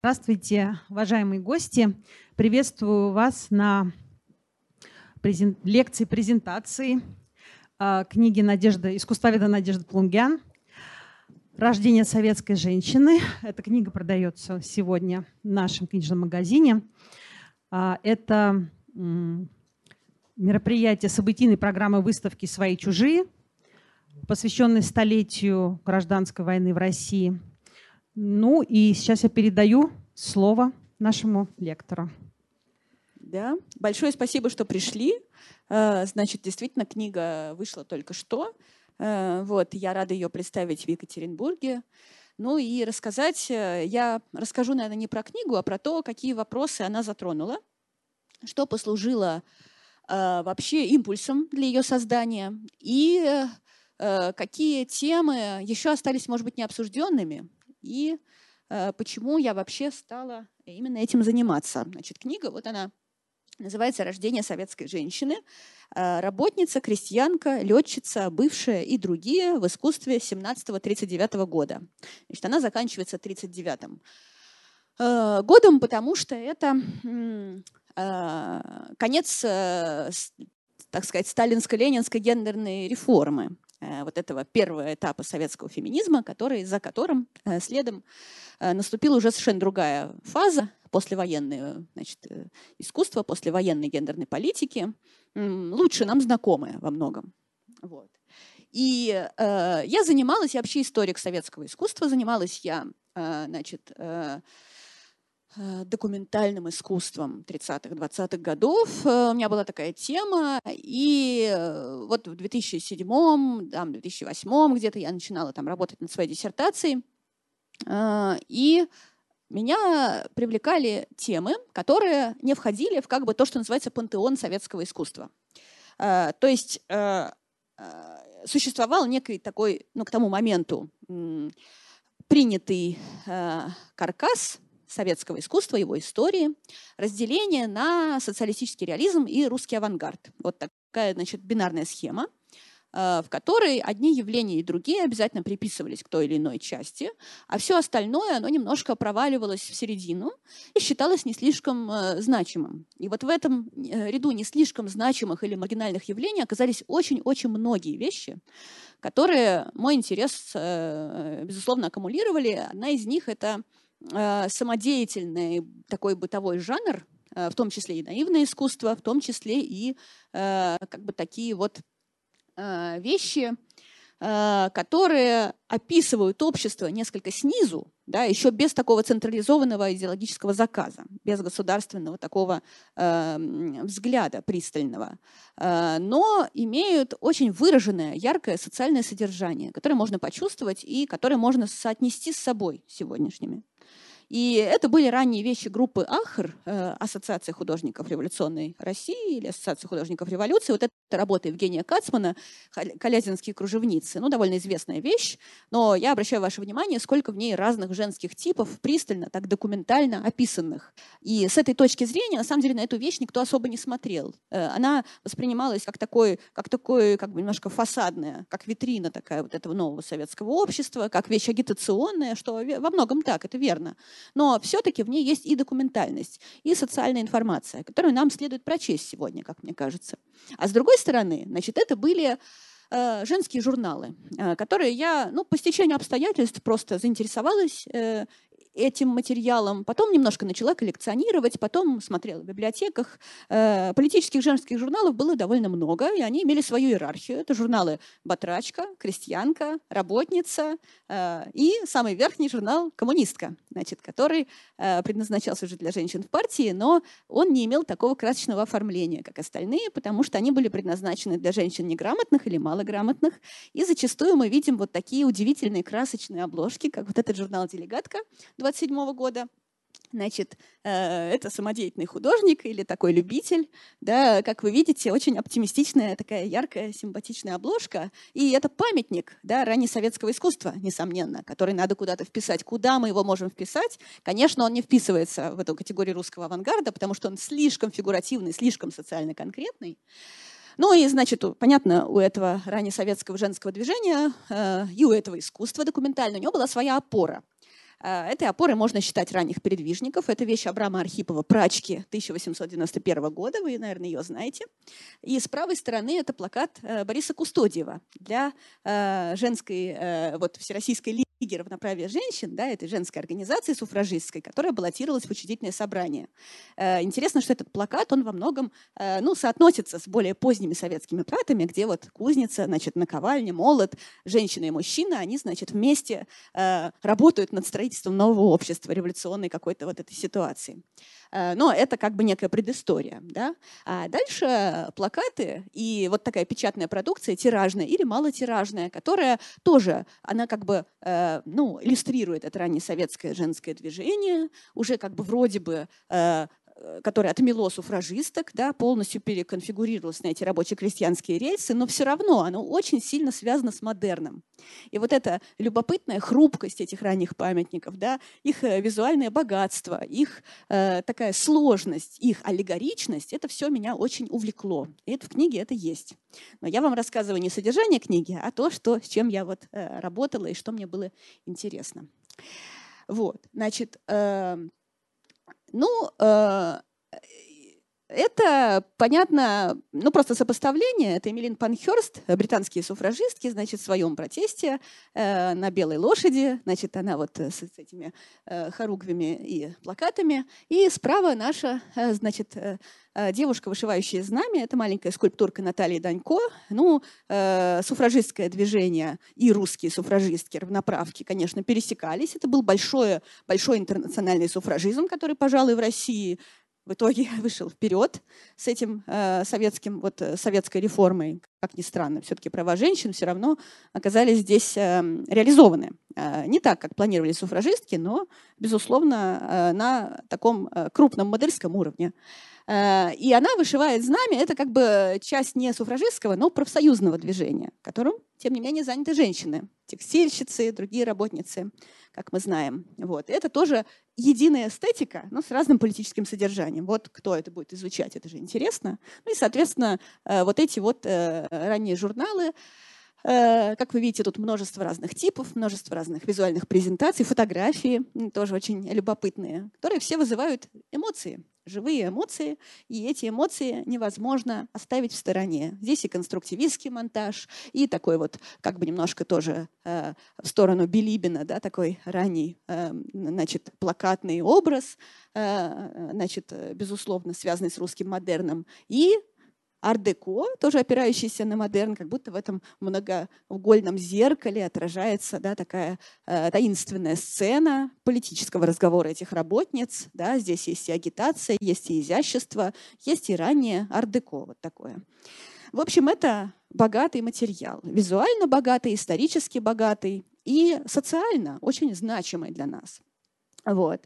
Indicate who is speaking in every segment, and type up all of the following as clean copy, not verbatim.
Speaker 1: Здравствуйте, уважаемые гости. Приветствую вас на лекции-презентации книги искусствоведа Надежды Плунгян «Рождение советской женщины». Эта книга продается сегодня в нашем книжном магазине. Это мероприятие событийной программы выставки «Свои чужие», посвященной столетию гражданской войны в России. Ну и сейчас я передаю слово нашему лектору.
Speaker 2: Да, большое спасибо, что пришли. Значит, действительно, книга вышла только что. Вот, я рада ее представить в Екатеринбурге. Ну и рассказать, я расскажу, наверное, не про книгу, а про то, какие вопросы она затронула, что послужило вообще импульсом для ее создания и какие темы еще остались, может быть, необсужденными, и почему я вообще стала именно этим заниматься. Значит, книга, вот она называется «Рождение советской женщины. Работница, крестьянка, летчица, бывшая и другие в искусстве 17-39 года». Значит, она заканчивается 1939 годом, потому что это конец, так сказать, сталинско-ленинской гендерной реформы, вот этого первого этапа советского феминизма, за которым следом наступила уже совершенно другая фаза, послевоенное, значит, искусство, послевоенной гендерной политики, лучше нам знакомое во многом. Вот. И я занималась, я вообще историк советского искусства, занималась я, значит, документальным искусством 30-х, 20-х годов. У меня была такая тема, и вот в 2007-2008 где-то я начинала там работать над своей диссертацией, и меня привлекали темы, которые не входили в как бы то, что называется пантеон советского искусства. То есть существовал некий такой, ну, к тому моменту принятый каркас советского искусства, его истории, разделение на социалистический реализм и русский авангард. Вот такая, значит, бинарная схема, в которой одни явления и другие обязательно приписывались к той или иной части, а все остальное, оно немножко проваливалось в середину и считалось не слишком значимым. И вот в этом ряду не слишком значимых или маргинальных явлений оказались очень-очень многие вещи, которые мой интерес, безусловно, аккумулировали. Одна из них – это самодеятельный такой бытовой жанр, в том числе и наивное искусство, в том числе и как бы такие вот вещи, которые описывают общество несколько снизу, да, еще без такого централизованного идеологического заказа, без государственного такого взгляда пристального, но имеют очень выраженное, яркое социальное содержание, которое можно почувствовать и которое можно соотнести с собой сегодняшними. И это были ранние вещи группы АХР, Ассоциация художников революционной России или Ассоциация художников революции. Вот это работа Евгения Кацмана «Калязинские кружевницы». Ну, довольно известная вещь, но я обращаю ваше внимание, сколько в ней разных женских типов, пристально, так документально описанных. И с этой точки зрения, на самом деле, на эту вещь никто особо не смотрел. Она воспринималась как такое как бы немножко фасадная, как витрина такая вот этого нового советского общества, как вещь агитационная, что во многом так, это верно. Но все-таки в ней есть и документальность, и социальная информация, которую нам следует прочесть сегодня, как мне кажется. А с другой стороны, значит, это были женские журналы, которые я, по стечению обстоятельств просто заинтересовалась этим материалом, потом немножко начала коллекционировать, потом смотрела в библиотеках. Политических женских журналов было довольно много, и они имели свою иерархию. Это журналы «Батрачка», «Крестьянка», «Работница» и самый верхний журнал «Коммунистка», значит, который предназначался уже для женщин в партии, но он не имел такого красочного оформления, как остальные, потому что они были предназначены для женщин неграмотных или малограмотных, и зачастую мы видим вот такие удивительные красочные обложки, как вот этот журнал «Делегатка» 27 года. Значит, это самодеятельный художник или такой любитель. Да, как вы видите, очень оптимистичная, такая яркая, симпатичная обложка. И это памятник, да, раннесоветского искусства, несомненно, который надо куда-то вписать. Куда мы его можем вписать? Конечно, он не вписывается в эту категорию русского авангарда, потому что он слишком фигуративный, слишком социально конкретный. Ну и, значит, понятно, у этого раннесоветского женского движения и у этого искусства документального у него была своя опора. Этой опорой можно считать ранних передвижников. Это вещь Абрама Архипова «Прачки» 1891 года, вы, наверное, ее знаете. И с правой стороны это плакат Бориса Кустодиева для женской, вот, Всероссийской лиги равноправия женщин, да, этой женской организации суфражистской, которая баллотировалась в учредительное собрание. Интересно, что этот плакат, он во многом соотносится с более поздними советскими плакатами, где вот кузница, значит, наковальня, молот, женщина и мужчина, они, значит, вместе работают над строительством нового общества, революционной какой-то вот этой ситуации. Но это как бы некая предыстория. Да? А дальше плакаты и вот такая печатная продукция, тиражная или малотиражная, которая тоже, она как бы иллюстрирует это раннее советское женское движение, уже как бы вроде бы которое отмело суфражисток, да, полностью переконфигурировалось на эти рабоче-крестьянские рельсы, но все равно оно очень сильно связано с модерном. И вот эта любопытная хрупкость этих ранних памятников, да, их визуальное богатство, их такая сложность, их аллегоричность, это все меня очень увлекло. И это в книге это есть. Но я вам рассказываю не содержание книги, а то, с чем я вот работала и что мне было интересно. Вот, значит, это, понятно, просто сопоставление. Это Эмилин Панхёрст, британские суфражистки, значит, в своем протесте на белой лошади. Значит, она вот с этими хоругвями и плакатами. И справа наша, значит, девушка, вышивающая знамя. Это маленькая скульптурка Натальи Данько. Суфражистское движение и русские суфражистки, равноправки, конечно, пересекались. Это был большой интернациональный суфражизм, который, пожалуй, в России в итоге вышел вперед с этим советской реформой. Как ни странно, все-таки права женщин все равно оказались здесь реализованы. Не так, как планировали суфражистки, но, безусловно, на таком крупном модельском уровне. И она вышивает знамя, это как бы часть не суфражистского, но профсоюзного движения, которым, тем не менее, заняты женщины, текстильщицы, другие работницы, как мы знаем. Вот. Это тоже единая эстетика, но с разным политическим содержанием. Вот кто это будет изучать, это же интересно. Ну и, соответственно, вот эти вот ранние журналы, как вы видите, тут множество разных типов, множество разных визуальных презентаций, фотографии, тоже очень любопытные, которые все вызывают эмоции, живые эмоции, и эти эмоции невозможно оставить в стороне. Здесь и конструктивистский монтаж, и такой вот как бы немножко тоже в сторону Билибина, да, такой ранний, значит, плакатный образ, значит, безусловно, связанный с русским модерном, и ар-деко, тоже опирающийся на модерн, как будто в этом многоугольном зеркале отражается, да, такая таинственная сцена политического разговора этих работниц. Да, здесь есть и агитация, есть и изящество, есть и раннее ар-деко. Вот такое. В общем, это богатый материал, визуально богатый, исторически богатый и социально очень значимый для нас. Вот.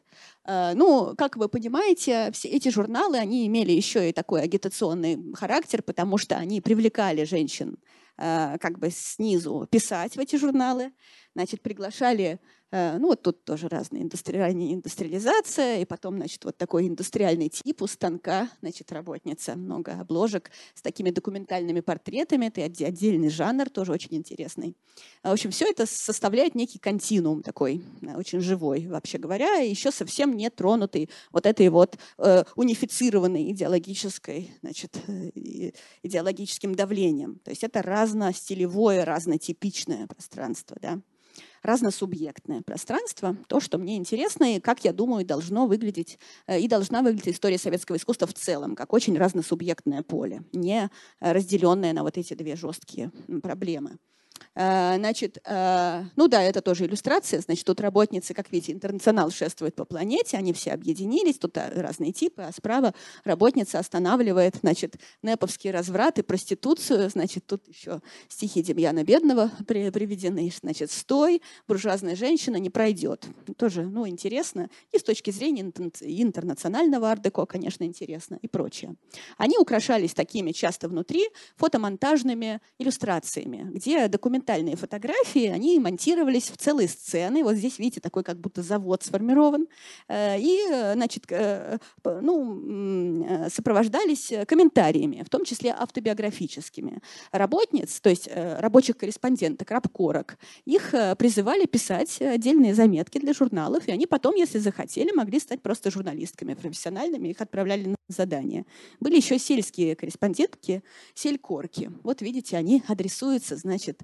Speaker 2: Как вы понимаете, все эти журналы, они имели еще и такой агитационный характер, потому что они привлекали женщин как бы снизу писать в эти журналы, значит, приглашали, вот тут тоже разные индустриализация, и потом, значит, вот такой индустриальный тип у станка, значит, работница, много обложек с такими документальными портретами, это отдельный жанр, тоже очень интересный. В общем, все это составляет некий континуум такой, очень живой, вообще говоря, и еще совсем не тронутый вот этой вот унифицированной идеологическим давлением. То есть это разностилевое, разнотипичное пространство, да? Разносубъектное пространство, то, что мне интересно и, как я думаю, должна выглядеть история советского искусства в целом, как очень разносубъектное поле, не разделенное на вот эти две жесткие проблемы. Значит, это тоже иллюстрация. Значит, тут работницы, как видите, интернационал шествует по планете, они все объединились, тут разные типы, а справа работница останавливает, значит, неповский разврат и проституцию, значит, тут еще стихи Демьяна Бедного приведены, значит, «Стой, буржуазная женщина не пройдет». Тоже, интересно, и с точки зрения интернационального ар-деко, конечно, интересно, и прочее. Они украшались такими часто внутри фотомонтажными иллюстрациями, где документальные фотографии, они монтировались в целые сцены. Вот здесь, видите, такой как будто завод сформирован. И, значит, сопровождались комментариями, в том числе автобиографическими. Работниц, то есть рабочих корреспонденток, рабкорок, их призывали писать отдельные заметки для журналов, и они потом, если захотели, могли стать просто журналистками профессиональными, их отправляли на задания. Были еще сельские корреспондентки, селькорки. Вот видите, они адресуются, значит,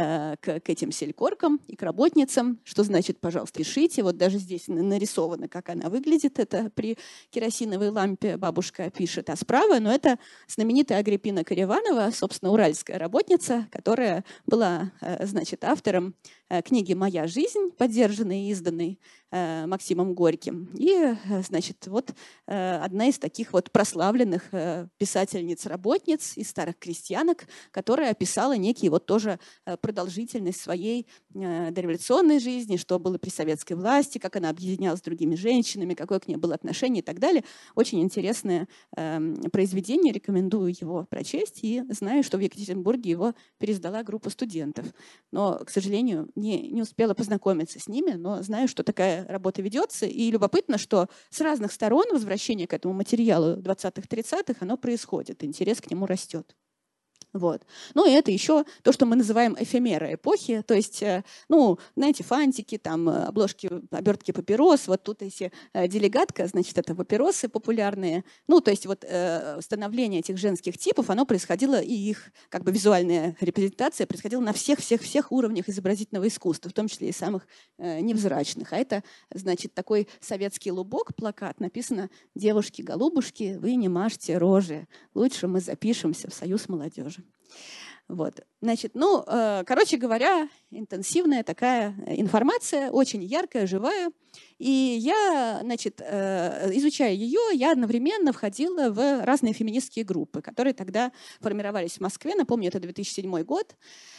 Speaker 2: к этим селькоркам и к работницам, что значит, пожалуйста, пишите. Вот даже здесь нарисовано, как она выглядит. Это при керосиновой лампе бабушка пишет. А справа, ну, это знаменитая Агриппина Кариванова, собственно, уральская работница, которая была, значит, автором книги «Моя жизнь», поддержанной и изданной Максимом Горьким. И, значит, вот одна из таких вот прославленных писательниц-работниц из старых крестьянок, которая описала некий вот тоже продолжительность своей дореволюционной жизни, что было при советской власти, как она объединялась с другими женщинами, какое к ней было отношение и так далее. Очень интересное произведение, рекомендую его прочесть, и знаю, что в Екатеринбурге его переиздала группа студентов. Но, к сожалению, не успела познакомиться с ними, но знаю, что такая работа ведется. И любопытно, что с разных сторон возвращение к этому материалу 20-30-х, оно происходит, интерес к нему растет. Вот. Ну и это еще то, что мы называем эфемера эпохи, то есть, ну, знаете, фантики, там, обложки, обертки папирос, вот тут эти делегатка, значит, это папиросы популярные, ну, то есть вот становление этих женских типов, оно происходило, и их как бы визуальная репрезентация происходила на всех уровнях изобразительного искусства, в том числе и самых невзрачных. А это, значит, такой советский лубок, плакат, написано «Девушки-голубушки, вы не мажьте рожи, лучше мы запишемся в Союз молодежи». Вот. Значит, ну, короче говоря, интенсивная такая информация, очень яркая, живая. И я, значит, изучая ее, я одновременно входила в разные феминистские группы, которые тогда формировались в Москве. Напомню, это 2007 год.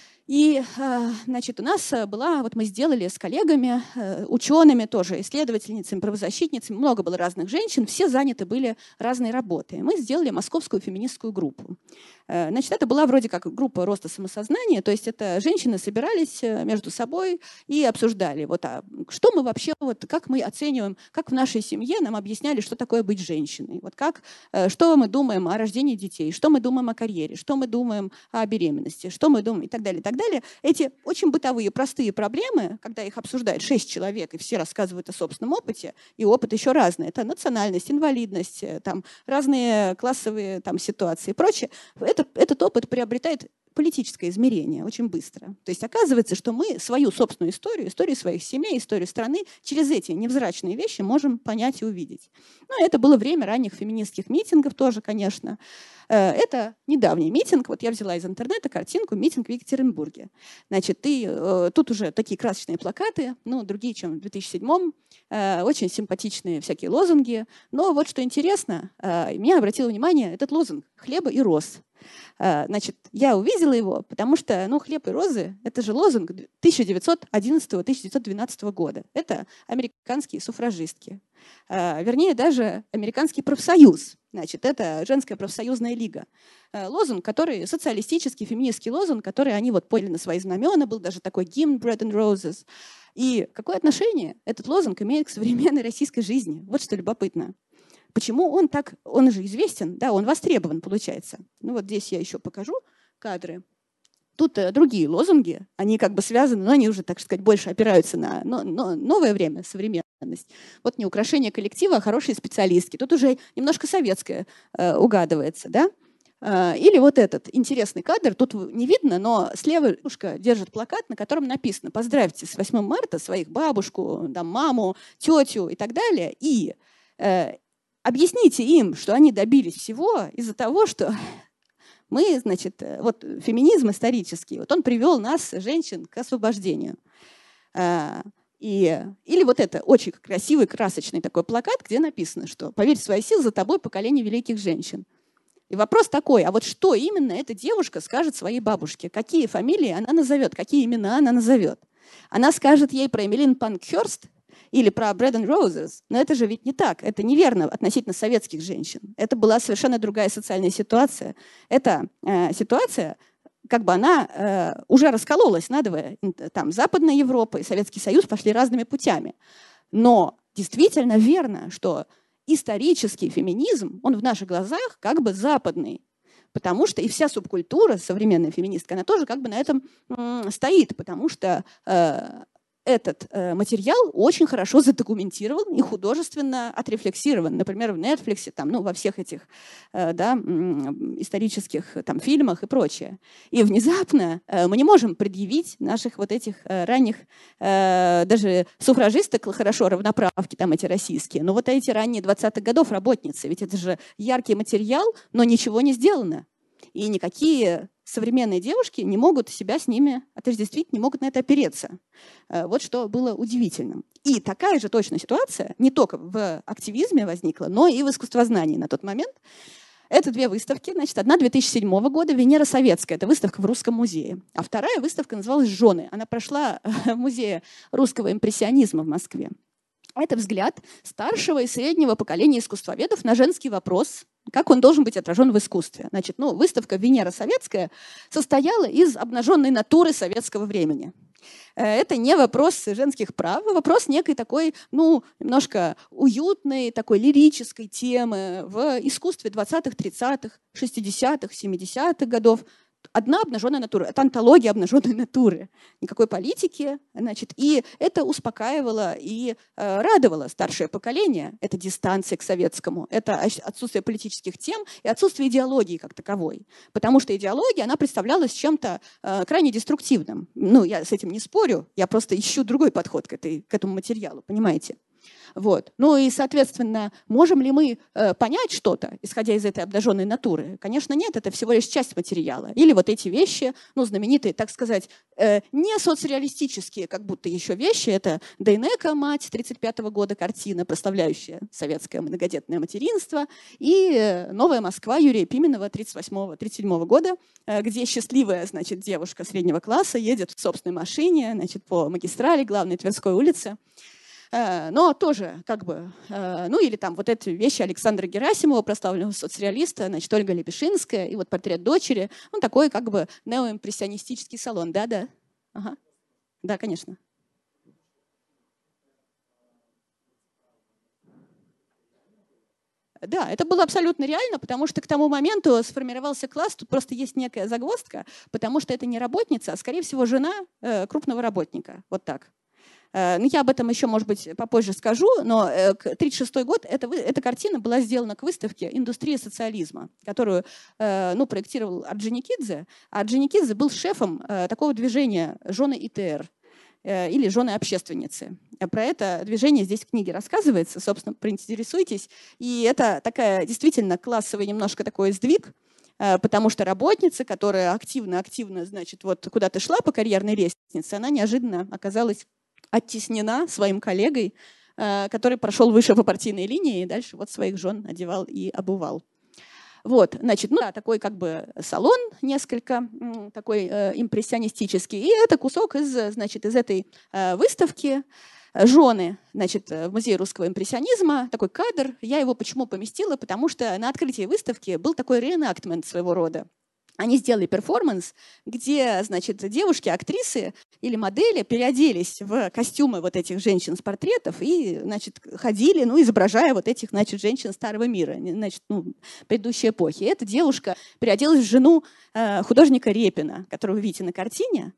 Speaker 2: И, значит, у нас была, вот мы сделали с коллегами, учеными тоже, исследовательницами, правозащитницами, много было разных женщин, все заняты были разной работой. Мы сделали московскую феминистскую группу. Значит, это была вроде как группа роста самосознания, то есть это женщины собирались между собой и обсуждали, вот, а что мы вообще, вот, как мы оцениваем, как в нашей семье нам объясняли, что такое быть женщиной, вот как, что мы думаем о рождении детей, что мы думаем о карьере, что мы думаем о беременности, что мы думаем и так далее, и так далее. Эти очень бытовые, простые проблемы, когда их обсуждает 6 человек, и все рассказывают о собственном опыте, и опыт еще разный. Это национальность, инвалидность, там, разные классовые там, ситуации и прочее. Этот опыт приобретает политическое измерение очень быстро. То есть оказывается, что мы свою собственную историю своих семей, историю страны через эти невзрачные вещи можем понять и увидеть. Ну, это было время ранних феминистских митингов тоже, конечно. Это недавний митинг. Вот я взяла из интернета картинку «Митинг в Екатеринбурге». Значит, тут уже такие красочные плакаты, ну, другие, чем в 2007-м. Очень симпатичные всякие лозунги. Но вот что интересно, меня обратило внимание этот лозунг «Хлеба и роз». Значит, я увидела его, потому что, ну, хлеб и розы – это же лозунг 1911-1912 года. Это американские суфражистки. Вернее, даже американский профсоюз. Значит, это женская профсоюзная лига. Лозунг, который социалистический, феминистский лозунг, который они вот подняли на свои знамена, был даже такой гимн «Bread and Roses». И какое отношение этот лозунг имеет к современной российской жизни? Вот что любопытно. Почему он так, он же известен, да, он востребован, получается. Ну вот здесь я еще покажу кадры. Тут другие лозунги, они как бы связаны, но они уже, так сказать, больше опираются на новое время, современность. Вот не украшение коллектива, а хорошие специалистки. Тут уже немножко советское угадывается, да? Или вот этот интересный кадр, тут не видно, но слева девушка держит плакат, на котором написано «Поздравьте с 8 марта своих бабушку, там, маму, тетю и так далее». И объясните им, что они добились всего из-за того, что мы, значит, вот феминизм исторический, вот он привел нас, женщин, к освобождению. Или вот это очень красивый, красочный такой плакат, где написано, что «Поверь в свои силы, за тобой поколение великих женщин». И вопрос такой, а вот что именно эта девушка скажет своей бабушке? Какие фамилии она назовет, какие имена она назовет? Она скажет ей про Эмилин Панкхёрст или про Bread and Roses, но это же ведь не так, это неверно относительно советских женщин. Это была совершенно другая социальная ситуация. Это ситуация как бы она уже раскололась надвое. Там Западная Европа и Советский Союз пошли разными путями. Но действительно верно, что исторический феминизм, он в наших глазах как бы западный. Потому что и вся субкультура, современная феминистка, она тоже как бы на этом стоит, потому что этот материал очень хорошо задокументирован и художественно отрефлексирован. Например, в Netflix, там, ну, во всех этих исторических там, фильмах и прочее. И внезапно мы не можем предъявить наших вот этих ранних, даже суфражисток, хорошо, равноправки там эти российские, но вот эти ранние 20-х годов работницы, ведь это же яркий материал, но ничего не сделано. И никакие современные девушки не могут себя с ними отождествить, не могут на это опереться. Вот что было удивительным. И такая же точная ситуация не только в активизме возникла, но и в искусствознании на тот момент. Это две выставки. Значит, одна 2007 года, «Венера советская». Это выставка в Русском музее. А вторая выставка называлась «Жены». Она прошла в Музее русского импрессионизма в Москве. Это взгляд старшего и среднего поколения искусствоведов на женский вопрос, как он должен быть отражен в искусстве. Значит, выставка «Венера советская» состояла из обнаженной натуры советского времени. Это не вопрос женских прав, а вопрос некой такой, немножко уютной, такой лирической темы в искусстве 20-х, 30-х, 60-х, 70-х годов. Одна обнаженная натура. Это антология обнаженной натуры. Никакой политики. Значит, и это успокаивало и радовало старшее поколение. Это дистанция к советскому. Это отсутствие политических тем и отсутствие идеологии как таковой. Потому что идеология, она представлялась чем-то крайне деструктивным. Я с этим не спорю. Я просто ищу другой подход к этому материалу. Понимаете? Вот. И, соответственно, можем ли мы понять что-то, исходя из этой обнаженной натуры? Конечно, нет, это всего лишь часть материала. Или вот эти вещи, знаменитые, так сказать, не соцреалистические, как будто еще вещи. Это Дейнека, мать 1935 года, картина, прославляющая советское многодетное материнство, и «Новая Москва» Юрия Пименова 1937 года, где счастливая, значит, девушка среднего класса едет в собственной машине, значит, по магистрали главной Тверской улицы. Но тоже как бы, или там вот эти вещи Александра Герасимова, прославленного соцреалиста, значит, Ольга Лепешинская, и вот портрет дочери, такой как бы неоимпрессионистический салон, да, ага, да, конечно. Да, это было абсолютно реально, потому что к тому моменту сформировался класс, тут просто есть некая загвоздка, потому что это не работница, а, скорее всего, жена крупного работника, вот так. Я об этом еще, может быть, попозже скажу, но 1936 год эта картина была сделана к выставке «Индустрия социализма», которую проектировал Орджоникидзе. А Орджоникидзе был шефом такого движения «Жены ИТР» или «Жены общественницы». Про это движение здесь в книге рассказывается, собственно, проинтересуйтесь. И это такая действительно классовый немножко такой сдвиг, потому что работница, которая активно, значит, вот куда-то шла по карьерной лестнице, она неожиданно оказалась оттеснена своим коллегой, который прошел выше по партийной линии и дальше вот своих жен одевал и обувал. Вот, значит, такой как бы салон несколько такой импрессионистический. И это кусок из этой выставки «Жены», значит, в Музее русского импрессионизма, такой кадр. Я его почему поместила? Потому что на открытии выставки был такой реэнактмент своего рода. Они сделали перформанс, где, значит, девушки, актрисы или модели переоделись в костюмы вот этих женщин с портретов и, значит, ходили, изображая вот этих, значит, женщин старого мира, значит, предыдущей эпохи. И эта девушка переоделась в жену художника Репина, которого вы видите на картине.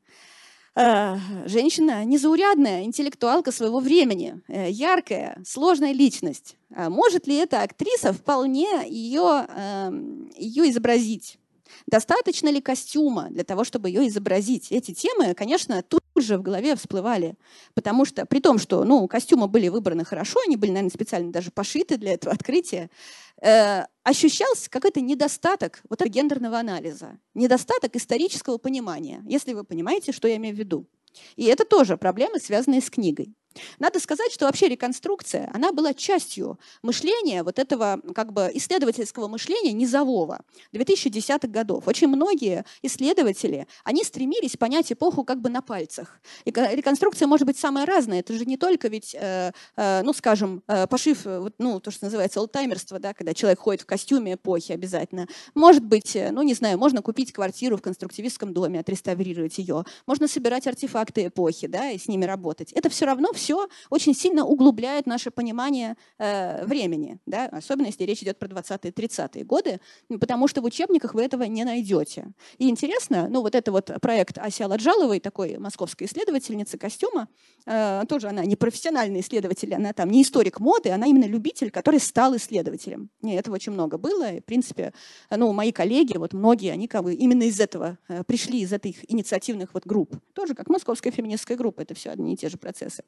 Speaker 2: Женщина незаурядная, интеллектуалка своего времени, яркая, сложная личность. Может ли эта актриса вполне ее изобразить? Достаточно ли костюма для того, чтобы ее изобразить? Эти темы, конечно, тут же в голове всплывали, потому что при том, что костюмы были выбраны хорошо, они были, наверное, специально даже пошиты для этого открытия, ощущался какой-то недостаток вот этого гендерного анализа, недостаток исторического понимания, если вы понимаете, что я имею в виду. И это тоже проблемы, связанные с книгой. Надо сказать, что вообще реконструкция, она была частью мышления, вот этого как бы исследовательского мышления низового 2010-х годов. Очень многие исследователи, они стремились понять эпоху как бы на пальцах. И реконструкция может быть самая разная. Это же не только ведь, ну, скажем, пошив, ну, то, что называется олдтаймерство, да, когда человек ходит в костюме эпохи обязательно. Может быть, ну, не знаю, можно купить квартиру в конструктивистском доме, отреставрировать ее. Можно собирать артефакты эпохи, да, и с ними работать. Это все равно все очень сильно углубляет наше понимание времени, да, особенно если речь идет про 20-е, 30-е годы, потому что в учебниках вы этого не найдете. И интересно, ну вот это вот проект Аси Аладжаловой, такой московской исследовательницы костюма, тоже она не профессиональный исследователь, она там не историк моды, она именно любитель, который стал исследователем. И этого очень много было, и, в принципе, ну, мои коллеги, вот многие, они как бы именно из этого пришли, из этих инициативных вот групп. Тоже как московская феминистская группа, это все одни и те же процессы.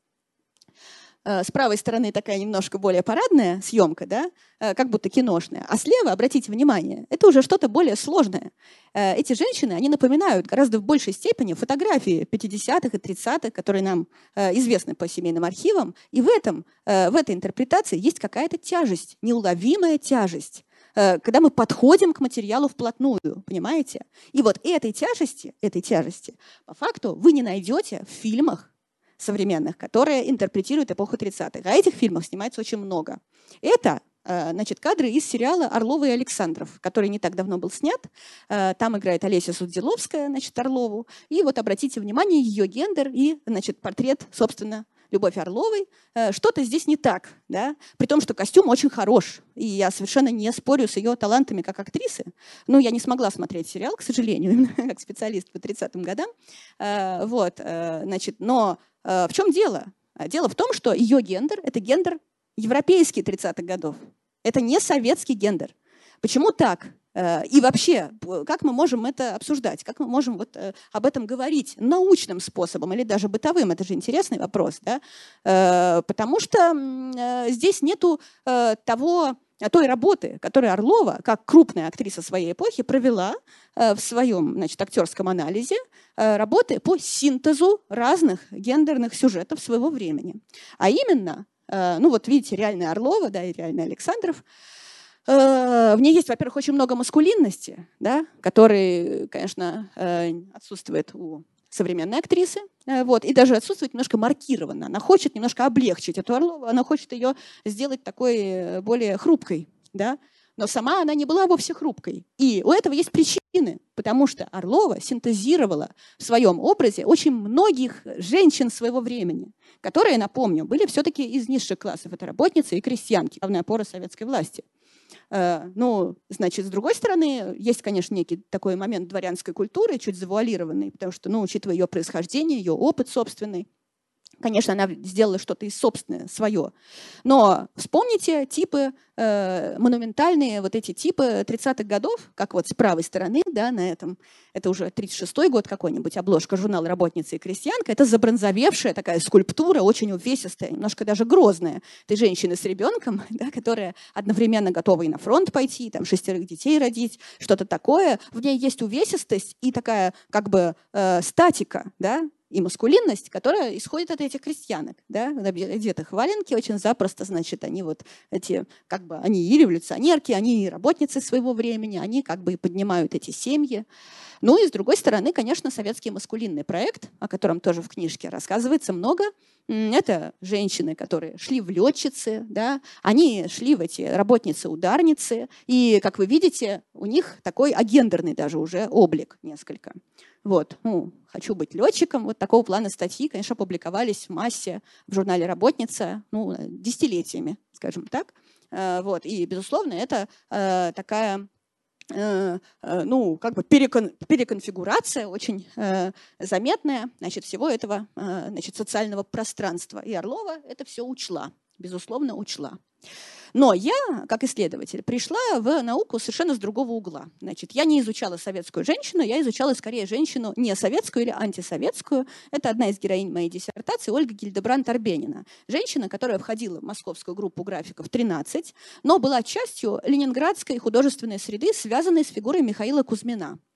Speaker 2: С правой стороны такая немножко более парадная съемка, да, как будто киношная. А слева, обратите внимание, это уже что-то более сложное. Эти женщины, они напоминают гораздо в большей степени фотографии 50-х и 30-х, которые нам известны по семейным архивам. И в этой интерпретации есть какая-то тяжесть, неуловимая тяжесть, когда мы подходим к материалу вплотную, понимаете? И вот этой тяжести, по факту вы не найдете в фильмах современных, которые интерпретируют эпоху 30-х. А этих фильмов снимается очень много. Это, значит, кадры из сериала «Орлова и Александров», который не так давно был снят. Там играет Олеся Судзиловская, значит, Орлову. И вот обратите внимание, ее гендер и, значит, портрет, собственно, Любовь Орловой. Что-то здесь не так, да? При том, что костюм очень хорош. И я совершенно не спорю с ее талантами как актрисы. Ну, я не смогла смотреть сериал, к сожалению, именно как специалист по 30-м годам. Вот, значит, но в чем дело? Дело в том, что ее гендер – это гендер европейский 30-х годов. Это не советский гендер. Почему так? И вообще, как мы можем это обсуждать? Как мы можем вот об этом говорить научным способом или даже бытовым? Это же интересный вопрос, да? Потому что здесь нету той работы, которую Орлова, как крупная актриса своей эпохи, провела в своем, значит, актерском анализе, работы по синтезу разных гендерных сюжетов своего времени. А именно, ну вот видите, реальная Орлова, да, и реальный Александров. В ней есть, во-первых, очень много маскулинности, да, который, конечно, отсутствует у современной актрисы, вот, и даже отсутствует немножко маркированно. Она хочет немножко облегчить эту Орлову, она хочет ее сделать такой более хрупкой, да, но сама она не была вовсе хрупкой. И у этого есть причины, потому что Орлова синтезировала в своем образе очень многих женщин своего времени, которые, напомню, были все-таки из низших классов. Это работницы и крестьянки, главная опора советской власти. Ну, значит, с другой стороны, есть, конечно, некий такой момент дворянской культуры, чуть завуалированный, потому что, ну, учитывая ее происхождение, ее опыт собственный, конечно, она сделала что-то и собственное, свое. Но вспомните типы, монументальные вот эти типы 30-х годов, как вот с правой стороны, да, на этом, это уже 36-й год какой-нибудь, обложка журнала «Работница и крестьянка», это забронзовевшая такая скульптура, очень увесистая, немножко даже грозная. Этой женщины с ребенком, да, которая одновременно готова и на фронт пойти, там 6 детей родить, что-то такое. В ней есть увесистость и такая как бы статика, да, и маскулинность, которая исходит от этих крестьянок, да, одетых в валенки очень запросто, значит, они вот эти, как бы, они и революционерки, они и работницы своего времени, они как бы и поднимают эти семьи. Ну и с другой стороны, конечно, советский маскулинный проект, о котором тоже в книжке рассказывается много. Это женщины, которые шли в летчицы, да, они шли в эти работницы-ударницы, и, как вы видите, у них такой агендерный даже уже облик несколько. Вот, ну, хочу быть летчиком. Вот такого плана статьи, конечно, публиковались в массе в журнале «Работница», ну, десятилетиями, скажем так. Вот, и, безусловно, это такая, ну, как бы переконфигурация очень заметная, значит, всего этого, значит, социального пространства. И Орлова это все учла, безусловно, учла. Но я, как исследователь, пришла в науку совершенно с другого угла. Значит, я не изучала советскую женщину, я изучала скорее женщину не советскую или антисоветскую. Это одна из героинь моей диссертации, Ольга Гильдебранд-Арбенина. Женщина, которая входила в московскую группу графиков 13, но была частью ленинградской художественной среды, связанной с фигурой Михаила Кузьмина.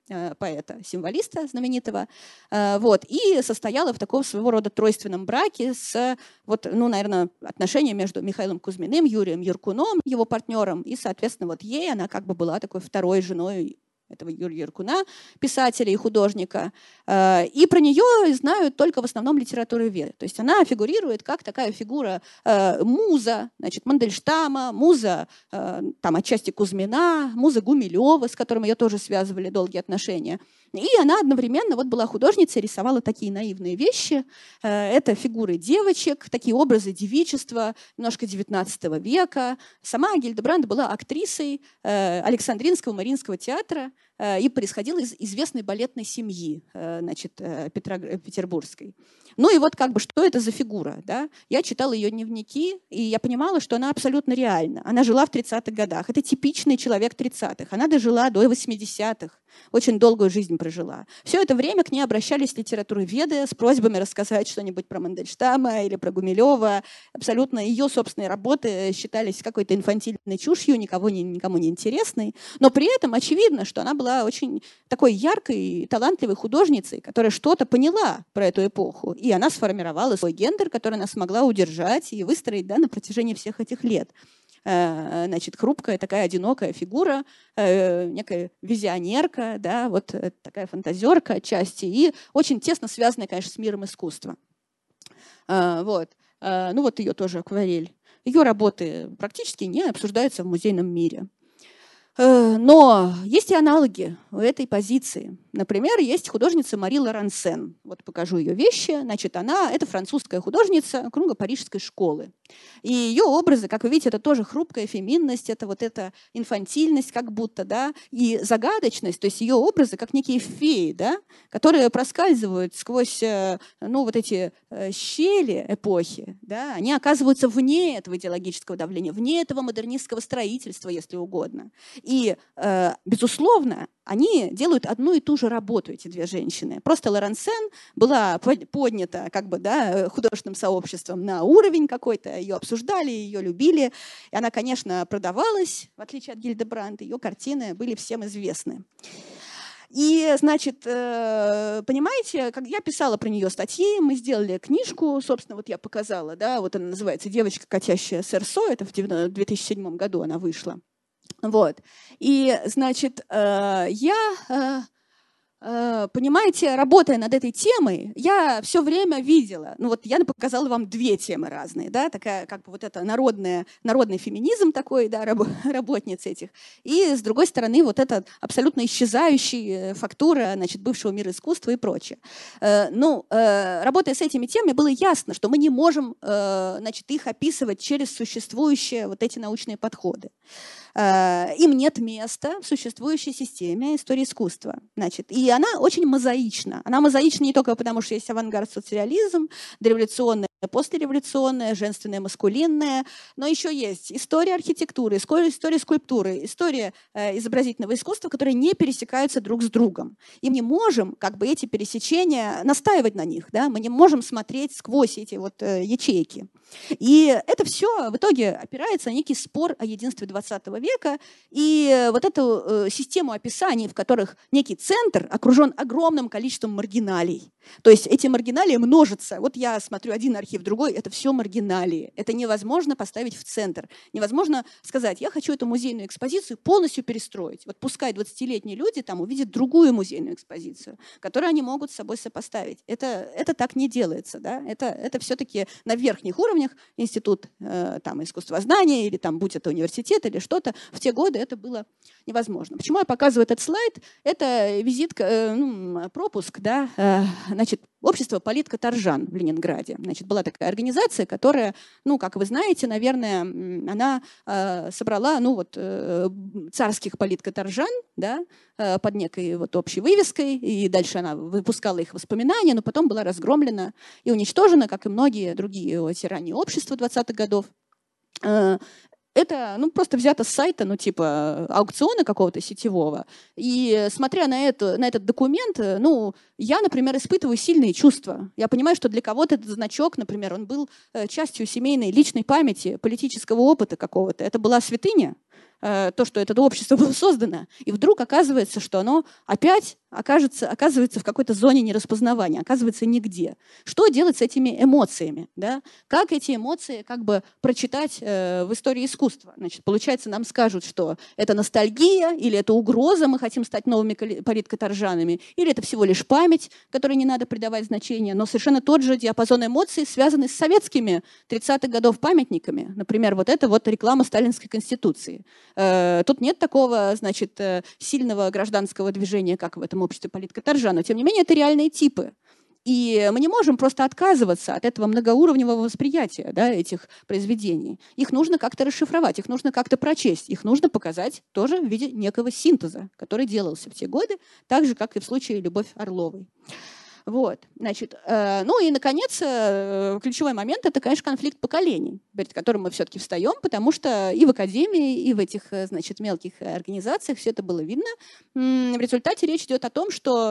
Speaker 2: поэта, символиста знаменитого, вот, и состояла в таком своего рода тройственном браке с, вот, ну, наверное, отношения между Михаилом Кузьминым, Юрием Юркуном, его партнером, и, соответственно, вот ей она как бы была такой второй женой этого Юрия Юркуна, писателя и художника. И про нее знают только в основном литературоведы. То есть она фигурирует как такая фигура муза, значит, Мандельштама, муза там, отчасти Кузьмина, муза Гумилева, с которым ее тоже связывали долгие отношения. И она одновременно вот была художницей, рисовала такие наивные вещи. Это фигуры девочек, такие образы девичества, немножко XIX века. Сама Гильдебранд была актрисой Александринского Мариинского театра и происходила из известной балетной семьи, значит, петербургской. Ну и вот как бы что это за фигура? Да? Я читала ее дневники, и я понимала, что она абсолютно реальна. Она жила в 30-х годах. Это типичный человек 30-х. Она дожила до 80-х. Очень долгую жизнь прожила. Все это время к ней обращались литературоведы с просьбами рассказать что-нибудь про Мандельштама или про Гумилева. Абсолютно ее собственные работы считались какой-то инфантильной чушью, никому не интересной. Но при этом очевидно, что она была очень такой яркой, талантливой художницей, которая что-то поняла про эту эпоху. И она сформировала свой гендер, который она смогла удержать и выстроить, да, на протяжении всех этих лет. Значит, хрупкая такая одинокая фигура, некая визионерка, да, вот такая фантазерка отчасти, и очень тесно связанная, конечно, с миром искусства. Вот. Ну вот ее тоже акварель. Ее работы практически не обсуждаются в музейном мире. Но есть и аналоги у этой позиции. Например, есть художница Мари Лорансен. Вот покажу ее вещи. Значит, это французская художница круга парижской школы. И ее образы, как вы видите, это тоже хрупкая феминность, это вот эта инфантильность как будто, да, и загадочность. То есть ее образы как некие феи, да, которые проскальзывают сквозь, ну, вот эти щели эпохи, да, они оказываются вне этого идеологического давления, вне этого модернистского строительства, если угодно. И, безусловно, они делают одну и ту же работу, эти две женщины. Просто Лорансен была поднята как бы, да, художественным сообществом на уровень какой-то, ее обсуждали, ее любили. И она, конечно, продавалась, в отличие от Гильдебранд, ее картины были всем известны. И, значит, понимаете, как я писала про нее статьи, мы сделали книжку, собственно, вот я показала, да, вот она называется «Девочка, катящая сэрсо», это в 2007 году она вышла. Вот. И, значит, понимаете, работая над этой темой, я все время видела, ну вот я показала вам две темы разные, да, такая как бы вот это народный феминизм такой, да, работниц этих, и с другой стороны вот эта абсолютно исчезающая фактура, значит, бывшего мира искусства и прочее. Ну, работая с этими темами, было ясно, что мы не можем, значит, их описывать через существующие вот эти научные подходы. Им нет места в существующей системе истории искусства. Значит, и она очень мозаична. Она мозаична не только потому, что есть авангард, соцреализм, дореволюционное, послереволюционное, женственное, маскулинное, но еще есть история архитектуры, история скульптуры, история изобразительного искусства, которые не пересекаются друг с другом. И мы не можем как бы эти пересечения настаивать на них, да? Мы не можем смотреть сквозь эти вот ячейки. И это все в итоге опирается на некий спор о единстве XX века и вот эту систему описаний, в которых некий центр окружен огромным количеством маргиналий. То есть эти маргиналии множатся. Вот я смотрю один архив, другой, это все маргиналии. Это невозможно поставить в центр. Невозможно сказать, я хочу эту музейную экспозицию полностью перестроить. Вот пускай 20-летние люди там увидят другую музейную экспозицию, которую они могут с собой сопоставить. Это так не делается. Да? Это все-таки на верхних уровнях институт там, искусствознания или там, будь это университет или что-то. В те годы это было невозможно. Почему я показываю этот слайд? Это визитка, пропуск, да, значит, общество политкоторжан в Ленинграде. Значит, была такая организация, которая, ну, как вы знаете, наверное, она собрала, ну, вот, царских политкоторжан, да, под некой вот общей вывеской, и дальше она выпускала их воспоминания, но потом была разгромлена и уничтожена, как и многие другие эти ранние общества 20-х годов. Это, ну, просто взято с сайта, ну, типа аукциона какого-то сетевого. И смотря на этот документ, ну, я, например, испытываю сильные чувства. Я понимаю, что для кого-то этот значок, например, он был частью семейной личной памяти, политического опыта какого-то. Это была святыня. то, что это общество было создано, и вдруг оказывается, что оно опять оказывается в какой-то зоне нераспознавания, оказывается нигде. Что делать с этими эмоциями? Да? Как эти эмоции как бы прочитать в истории искусства? Значит, получается, нам скажут, что это ностальгия, или это угроза, мы хотим стать новыми политкоторжанами, или это всего лишь память, которой не надо придавать значения, но совершенно тот же диапазон эмоций, связанный с советскими 30-х годов памятниками. Например, вот это вот реклама Сталинской Конституции. Тут нет такого, значит, сильного гражданского движения, как в этом обществе политкоторжан, но тем не менее это реальные типы. И мы не можем просто отказываться от этого многоуровневого восприятия, да, этих произведений. Их нужно как-то расшифровать, их нужно как-то прочесть, их нужно показать тоже в виде некого синтеза, который делался в те годы, так же, как и в случае Любовь Орловой. Вот, значит, ну и, наконец, ключевой момент – это, конечно, конфликт поколений, перед которым мы все-таки встаем, потому что и в академии, и в этих, значит, мелких организациях все это было видно. В результате речь идет о том, что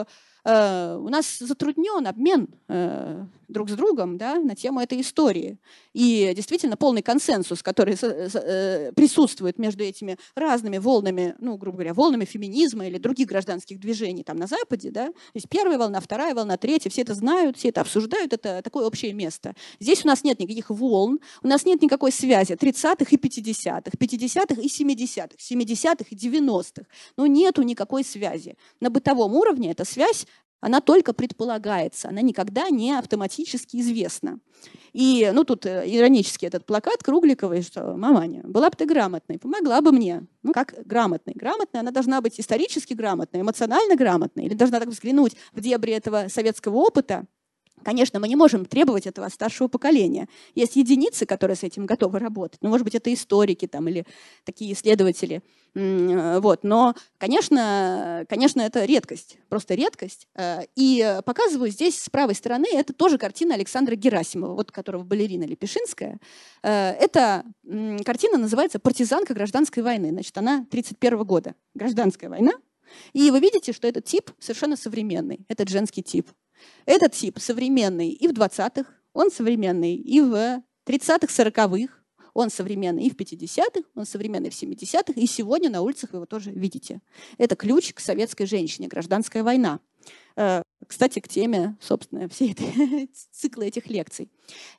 Speaker 2: у нас затруднен обмен друг с другом, да, на тему этой истории. И действительно полный консенсус, который присутствует между этими разными волнами, ну, грубо говоря, волнами феминизма или других гражданских движений там на Западе, да, есть первая волна, вторая волна, третья, все это знают, все это обсуждают, это такое общее место. Здесь у нас нет никаких волн, у нас нет никакой связи 30-х и 50-х, 50-х и 70-х, 70-х и 90-х. Ну, нету никакой связи. На бытовом уровне эта связь, она только предполагается, она никогда не автоматически известна. И, ну, тут иронически этот плакат Кругликовой, что «Маманя, была бы ты грамотной, помогла бы мне». Ну, как грамотной? Грамотной она должна быть исторически грамотной, эмоционально грамотной, или должна так взглянуть в дебри этого советского опыта. Конечно, мы не можем требовать этого от старшего поколения. Есть единицы, которые с этим готовы работать. Ну, может быть, это историки там, или такие исследователи. Вот. Но, конечно, это редкость, просто редкость. И показываю здесь с правой стороны, это тоже картина Александра Герасимова, вот которого балерина Лепешинская. Эта картина называется «Партизанка гражданской войны». Значит, она 1931 года. Гражданская война. И вы видите, что этот тип совершенно современный, этот женский тип. Этот тип современный и в 20-х, он современный и в 30-х, 40-х, он современный и в 50-х, он современный в 70-х, и сегодня на улицах вы его тоже видите. Это ключ к советской женщине, гражданская война. Кстати, к теме, собственно, всей этой цикла этих лекций.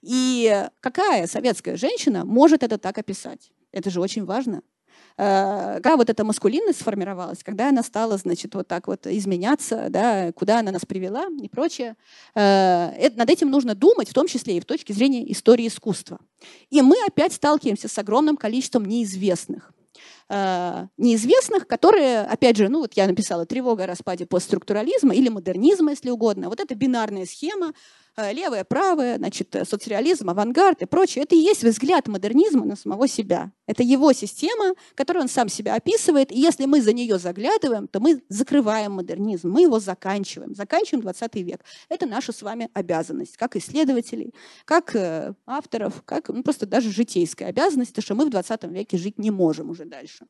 Speaker 2: И какая советская женщина может это так описать? Это же очень важно. Когда вот эта маскулинность сформировалась, когда она стала, значит, вот так вот изменяться, да, куда она нас привела и прочее, над этим нужно думать, в том числе и с точки зрения истории искусства. И мы опять сталкиваемся с огромным количеством неизвестных. Неизвестных, которые, опять же, ну вот я написала «Тревога о распаде постструктурализма» или модернизма, если угодно. Вот эта бинарная схема, левое, правое, значит, соцреализм, авангард и прочее. Это и есть взгляд модернизма на самого себя. Это его система, которую он сам себя описывает. И если мы за нее заглядываем, то мы закрываем модернизм, мы его заканчиваем 20 век. Это наша с вами обязанность, как исследователей, как авторов, как просто даже житейская обязанность, потому что мы в 20 веке жить не можем уже дальше.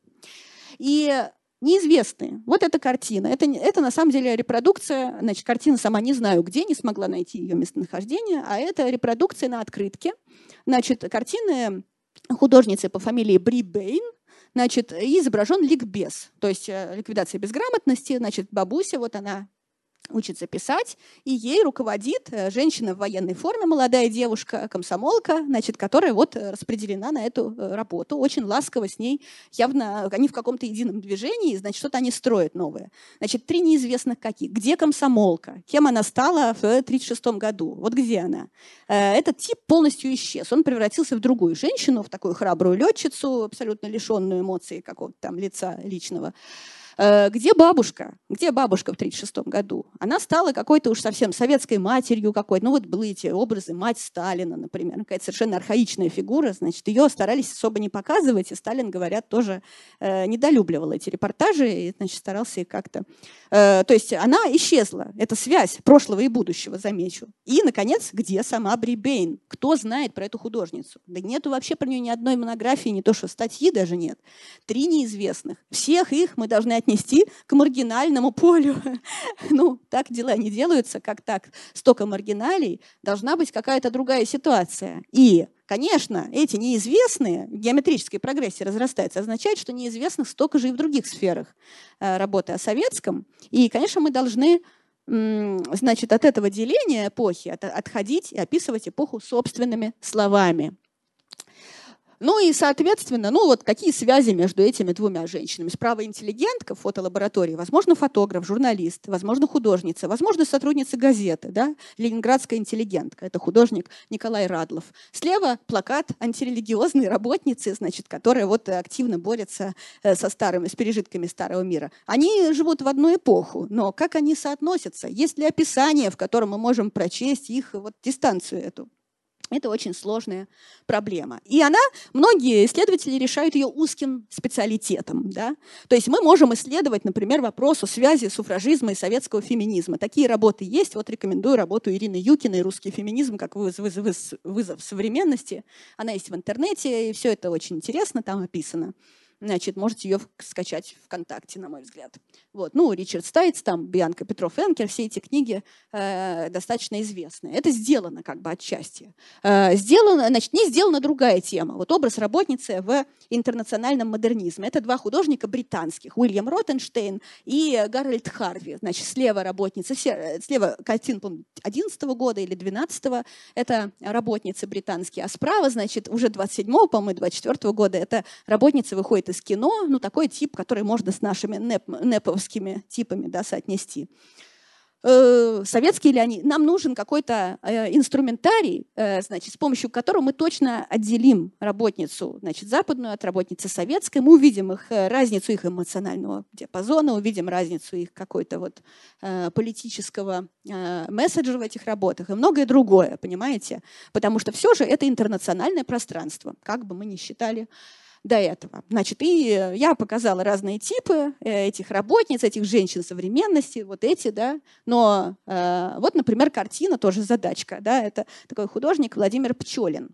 Speaker 2: И неизвестные. Вот эта картина. Это на самом деле репродукция. Значит, картина сама не знаю где, не смогла найти ее местонахождение, а это репродукция на открытке. Значит, картины художницы по фамилии Бри Бэйн. Значит, изображен ликбез, то есть ликвидация безграмотности. Значит, бабуся, вот она учится писать, и ей руководит женщина в военной форме, молодая девушка, комсомолка, значит, которая вот распределена на эту работу. Очень ласково с ней, явно они в каком-то едином движении, значит, что-то они строят новое. Значит, 3 неизвестных какие. Где комсомолка? Кем она стала в 1936 году? Вот где она? Этот тип полностью исчез. Он превратился в другую женщину, в такую храбрую летчицу, абсолютно лишенную эмоций какого-то там лица личного. Где бабушка? Где бабушка в 1936 году? Она стала какой-то уж совсем советской матерью какой-то. Ну вот были эти образы мать Сталина, например, какая-то совершенно архаичная фигура. Значит, ее старались особо не показывать, и Сталин, говорят, тоже недолюбливал эти репортажи и, значит, старался их как-то... То есть она исчезла. Это связь прошлого и будущего, замечу. И, наконец, где сама Бри Бэйн? Кто знает про эту художницу? Да нету вообще про нее ни одной монографии, не то что статьи даже нет. 3 неизвестных. Всех их мы должны отнести отнести к маргинальному полю. Ну, так дела не делаются, как так. Столько маргиналей, должна быть какая-то другая ситуация. И, конечно, эти неизвестные, в геометрической прогрессии разрастаются, означает, что неизвестных столько же и в других сферах работы о советском. И, конечно, мы должны, значит, от этого деления эпохи отходить и описывать эпоху собственными словами. Ну и, соответственно, ну вот какие связи между этими двумя женщинами? Справа интеллигентка в фотолаборатории, возможно, фотограф, журналист, возможно, художница, возможно, сотрудница газеты, да? Ленинградская интеллигентка, это художник Николай Радлов. Слева плакат антирелигиозной работницы, значит, которая вот активно борется с пережитками старого мира. Они живут в одну эпоху, но как они соотносятся? Есть ли описание, в котором мы можем прочесть их вот дистанцию эту? Это очень сложная проблема. И многие исследователи решают ее узким специалитетом. Да? То есть мы можем исследовать, например, вопрос о связи суфражизма и советского феминизма. Такие работы есть. Вот рекомендую работу Ирины Юкиной «Русский феминизм как вызов современности». Она есть в интернете, и все это очень интересно там описано. Значит, можете ее скачать ВКонтакте, на мой взгляд. Вот. Ну, Ричард Стайтс, там, Бианка Петров-Энкер, все эти книги достаточно известны. Это сделано как бы отчасти. Не сделана другая тема. Вот образ работницы в интернациональном модернизме. Это два художника британских, Уильям Ротенштейн и Гарольд Харви. Значит, слева работница, слева картина, по-моему, 11 года или 12-го, это работницы британские, а справа, значит, уже 27-го, по-моему, 24-го года, это работница выходит из кино, ну, такой тип, который можно с нашими неповскими типами, да, соотнести. Советские ли они? Нам нужен какой-то инструментарий, значит, с помощью которого мы точно отделим работницу, значит, западную от работницы советской. Мы увидим разницу их эмоционального диапазона, увидим разницу их какой-то вот политического месседжа в этих работах и многое другое, понимаете? Потому что все же это интернациональное пространство, как бы мы ни считали до этого. Значит, и я показала разные типы этих работниц, этих женщин современности, вот эти, да. Но вот, например, картина, тоже задачка, да, это такой художник Владимир Пчелин,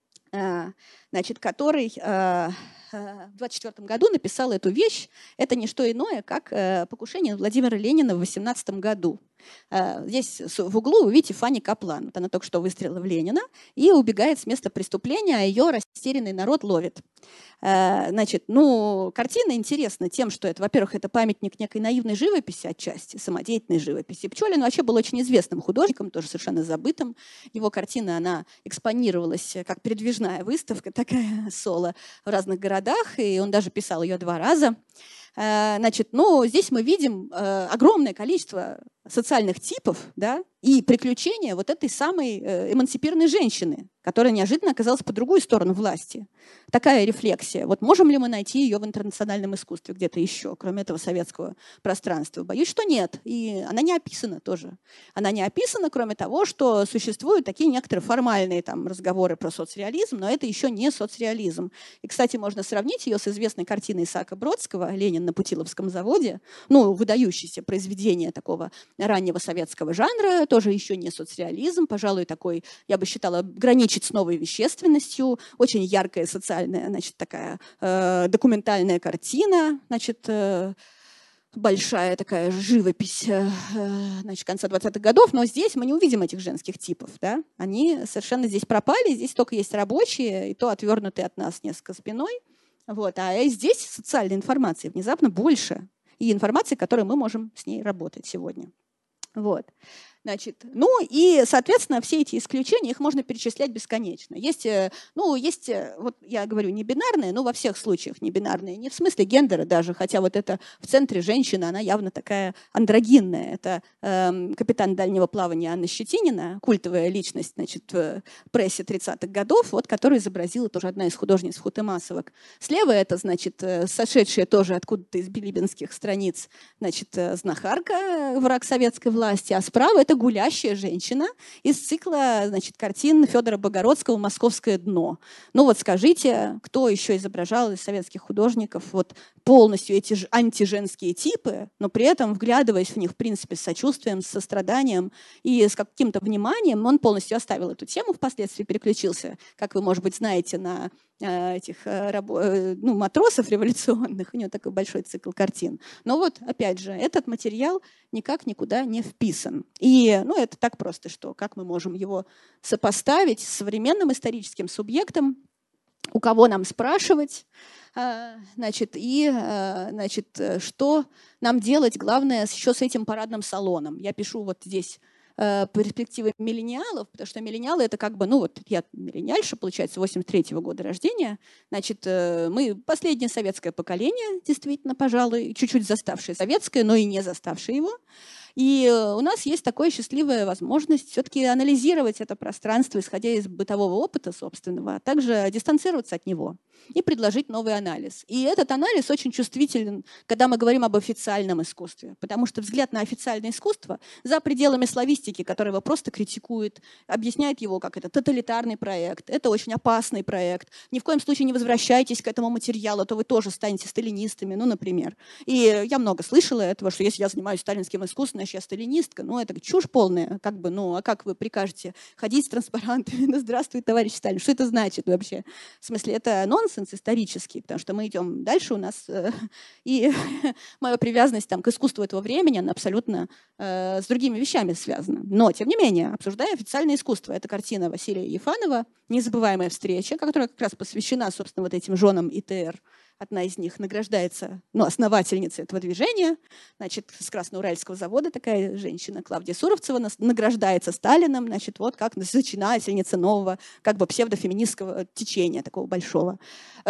Speaker 2: значит, который в 1924 году написал эту вещь. Это не что иное, как покушение Владимира Ленина в 1918 году. Здесь в углу вы видите Фанни Каплан. Вот она только что выстрелила в Ленина и убегает с места преступления, а ее растерянный народ ловит. Значит, ну, картина интересна тем, что это, во-первых, это памятник некой наивной живописи отчасти, самодеятельной живописи. Пчелин вообще был очень известным художником, тоже совершенно забытым. Его картина, она экспонировалась как передвижная выставка, такая соло в разных городах, и он даже писал ее 2 раза. Значит, ну, здесь мы видим огромное количество социальных типов, да, и приключения вот этой самой эмансипированной женщины, которая неожиданно оказалась по другую сторону власти. Такая рефлексия. Вот можем ли мы найти ее в интернациональном искусстве где-то еще, кроме этого советского пространства? Боюсь, что нет. И она не описана тоже. Она не описана, кроме того, что существуют такие некоторые формальные там разговоры про соцреализм, но это еще не соцреализм. И, кстати, можно сравнить ее с известной картиной Исаака Бродского «Ленин на Путиловском заводе», ну, выдающееся произведение такого раннего советского жанра, тоже еще не соцреализм, пожалуй, такой, я бы считала, граничит с новой вещественностью, очень яркая социальная, значит, такая документальная картина, значит, большая такая живопись, значит, конца 20-х годов, но здесь мы не увидим этих женских типов, да? Они совершенно здесь пропали, здесь только есть рабочие, и то отвернутые от нас несколько спиной, вот, а здесь социальной информации внезапно больше, и информации, которой мы можем с ней работать сегодня. Вот. Значит, ну и, соответственно, все эти исключения, их можно перечислять бесконечно. Есть, вот я говорю, не бинарные, но во всех случаях не бинарные, не в смысле гендера даже, хотя вот это в центре женщина, она явно такая андрогинная. Это капитан дальнего плавания Анна Щетинина, культовая личность, значит, в прессе 30-х годов, вот, которую изобразила тоже одна из художниц хутемасовок. Слева это, значит, сошедшая тоже откуда-то из билибинских страниц, значит, знахарка, враг советской власти, а справа это гулящая женщина из цикла, значит, картин Федора Богородского «Московское дно». Ну вот скажите, кто еще изображал из советских художников вот полностью эти же антиженские типы, но при этом вглядываясь в них, в принципе, с сочувствием, с состраданием и с каким-то вниманием. Он полностью оставил эту тему, впоследствии переключился, как вы, может быть, знаете, на этих матросов революционных, у него такой большой цикл картин. Но вот, опять же, этот материал никак никуда не вписан. И это так просто, что как мы можем его сопоставить с современным историческим субъектом, у кого нам спрашивать, что нам делать, главное, еще с этим парадным салоном. Я пишу вот здесь перспективы миллениалов, потому что миллениалы — это я миллениальша, получается, 83-го года рождения, мы последнее советское поколение, действительно, пожалуй, чуть-чуть заставшее советское, но и не заставшее его. И у нас есть такая счастливая возможность все-таки анализировать это пространство, исходя из бытового опыта собственного, а также дистанцироваться от него и предложить новый анализ. И этот анализ очень чувствителен, когда мы говорим об официальном искусстве, потому что взгляд на официальное искусство за пределами славистики, который его просто критикует, объясняет его как это тоталитарный проект, это очень опасный проект, ни в коем случае не возвращайтесь к этому материалу, а то вы тоже станете сталинистами, например. И я много слышала этого, что если я занимаюсь сталинским искусством, значит, я сталинистка, это чушь полная, а как вы прикажете ходить с транспарантами, здравствуй, товарищ Сталин, что это значит вообще? В смысле, это нонсенс исторический, потому что мы идем дальше, у нас и моя привязанность к искусству этого времени, она абсолютно с другими вещами связана. Но, тем не менее, обсуждая официальное искусство, это картина Василия Ефанова «Незабываемая встреча», которая как раз посвящена, собственно, вот этим женам ИТР. Одна из них награждается, основательница этого движения, с Красноуральского завода такая женщина, Клавдия Суровцева, награждается Сталином, как зачинательница нового, псевдофеминистского течения такого большого.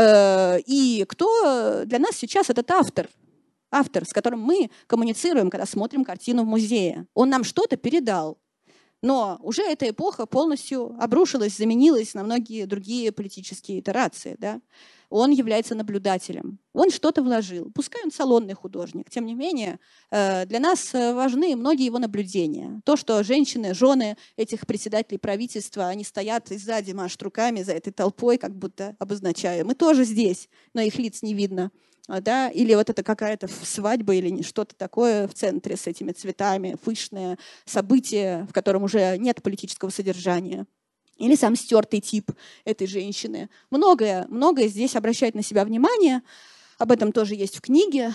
Speaker 2: И кто для нас сейчас этот автор, с которым мы коммуницируем, когда смотрим картину в музее? Он нам что-то передал. Но уже эта эпоха полностью обрушилась, заменилась на многие другие политические итерации. Да? Он является наблюдателем. Он что-то вложил. Пускай он салонный художник. Тем не менее, для нас важны многие его наблюдения. То, что женщины, жены этих председателей правительства, они стоят и сзади машут руками за этой толпой, как будто обозначая. Мы тоже здесь, но их лиц не видно. Да? Или вот это какая-то свадьба или что-то такое в центре с этими цветами, пышное событие, в котором уже нет политического содержания. Или сам стертый тип этой женщины. Многое здесь обращает на себя внимание. Об этом тоже есть в книге.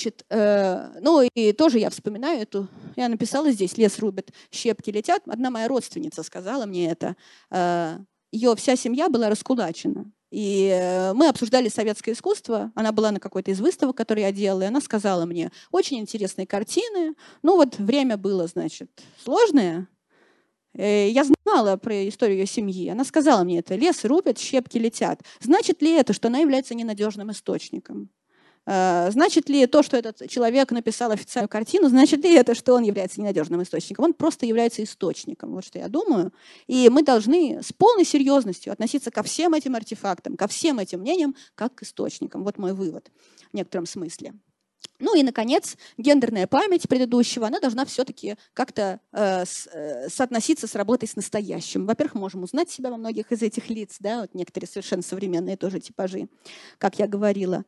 Speaker 2: И тоже я вспоминаю эту. Я написала здесь «Лес рубят, щепки летят». Одна моя родственница сказала мне это. Ее вся семья была раскулачена. И мы обсуждали советское искусство. Она была на какой-то из выставок, которые я делала, и она сказала мне: очень интересные картины. Время было, сложное. Я знала про историю ее семьи. Она сказала мне это: лес рубят, щепки летят. Значит ли это, что она является ненадежным источником? Значит ли то, что этот человек написал официальную картину, значит ли это, что он является ненадежным источником? Он просто является источником, вот что я думаю. И мы должны с полной серьезностью относиться ко всем этим артефактам, ко всем этим мнениям, как к источникам. Вот мой вывод в некотором смысле. И, наконец, гендерная память предыдущего, она должна все-таки как-то соотноситься с работой с настоящим. Во-первых, мы можем узнать себя во многих из этих лиц, да, вот некоторые совершенно современные тоже типажи, как я говорила.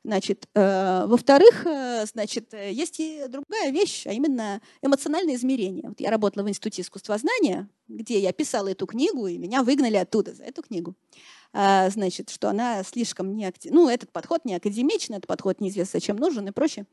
Speaker 2: Во-вторых, есть и другая вещь, а именно эмоциональное измерение. Вот я работала в Институте искусствознания, где я писала эту книгу, и меня выгнали оттуда за эту книгу. Что она слишком этот подход не академичный, этот подход неизвестно зачем нужен и прочее.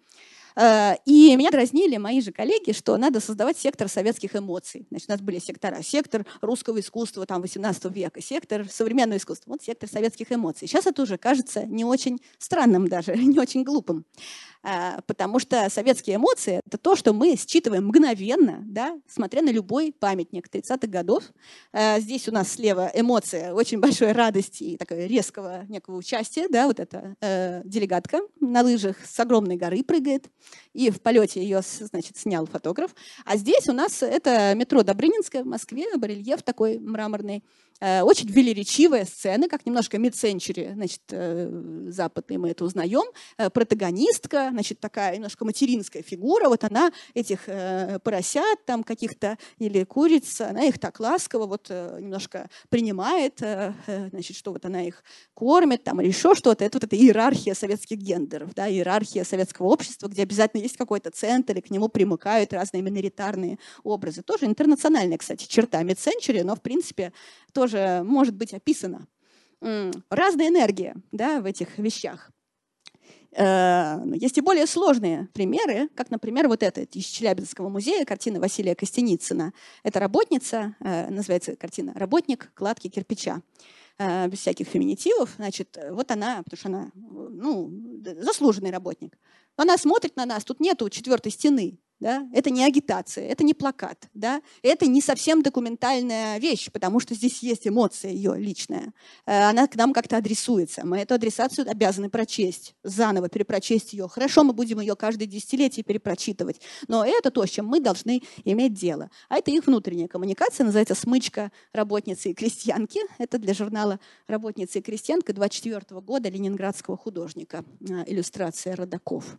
Speaker 2: И меня дразнили мои же коллеги, что надо создавать сектор советских эмоций. У нас были сектора. Сектор русского искусства 18 века, сектор современного искусства, вот сектор советских эмоций. Сейчас это уже кажется не очень странным даже, не очень глупым. Потому что советские эмоции — это то, что мы считываем мгновенно, да, смотря на любой памятник 30-х годов. Здесь у нас слева эмоция очень большой радости и такого резкого некого участия. Да, вот эта делегатка на лыжах с огромной горы прыгает, и в полете ее, снял фотограф. А здесь у нас это метро Добрынинское в Москве, барельеф такой мраморный. Очень велеречивая сцена, как немножко mid-century, западный, мы это узнаем. Протагонистка, такая немножко материнская фигура. Вот она этих поросят там каких-то или куриц, она их так ласково немножко принимает, что вот она их кормит там, или еще что-то. Это вот эта иерархия советских гендеров, да, иерархия советского общества, где обязательно есть какой-то центр, и к нему примыкают разные миноритарные образы. Тоже интернациональная, кстати, черта mid-century, но в принципе тоже может быть описано. разная энергия, да, в этих вещах. Есть и более сложные примеры, как, например, вот эта из Челябинского музея, картина Василия Костеницына. Это работница, называется картина «Работник кладки кирпича». Без всяких феминитивов. Значит, вот она, потому что она заслуженный работник. Она смотрит на нас, тут нету четвертой стены. Да? Это не агитация, это не плакат, да? Это не совсем документальная вещь, потому что здесь есть эмоция ее личная. Она к нам как-то адресуется. Мы эту адресацию обязаны прочесть, заново перепрочесть ее. Хорошо, мы будем ее каждое десятилетие перепрочитывать, но это то, с чем мы должны иметь дело. А это их внутренняя коммуникация, называется «Смычка работницы и крестьянки». Это для журнала «Работница и крестьянка» 24 года ленинградского художника. Иллюстрация Родаков.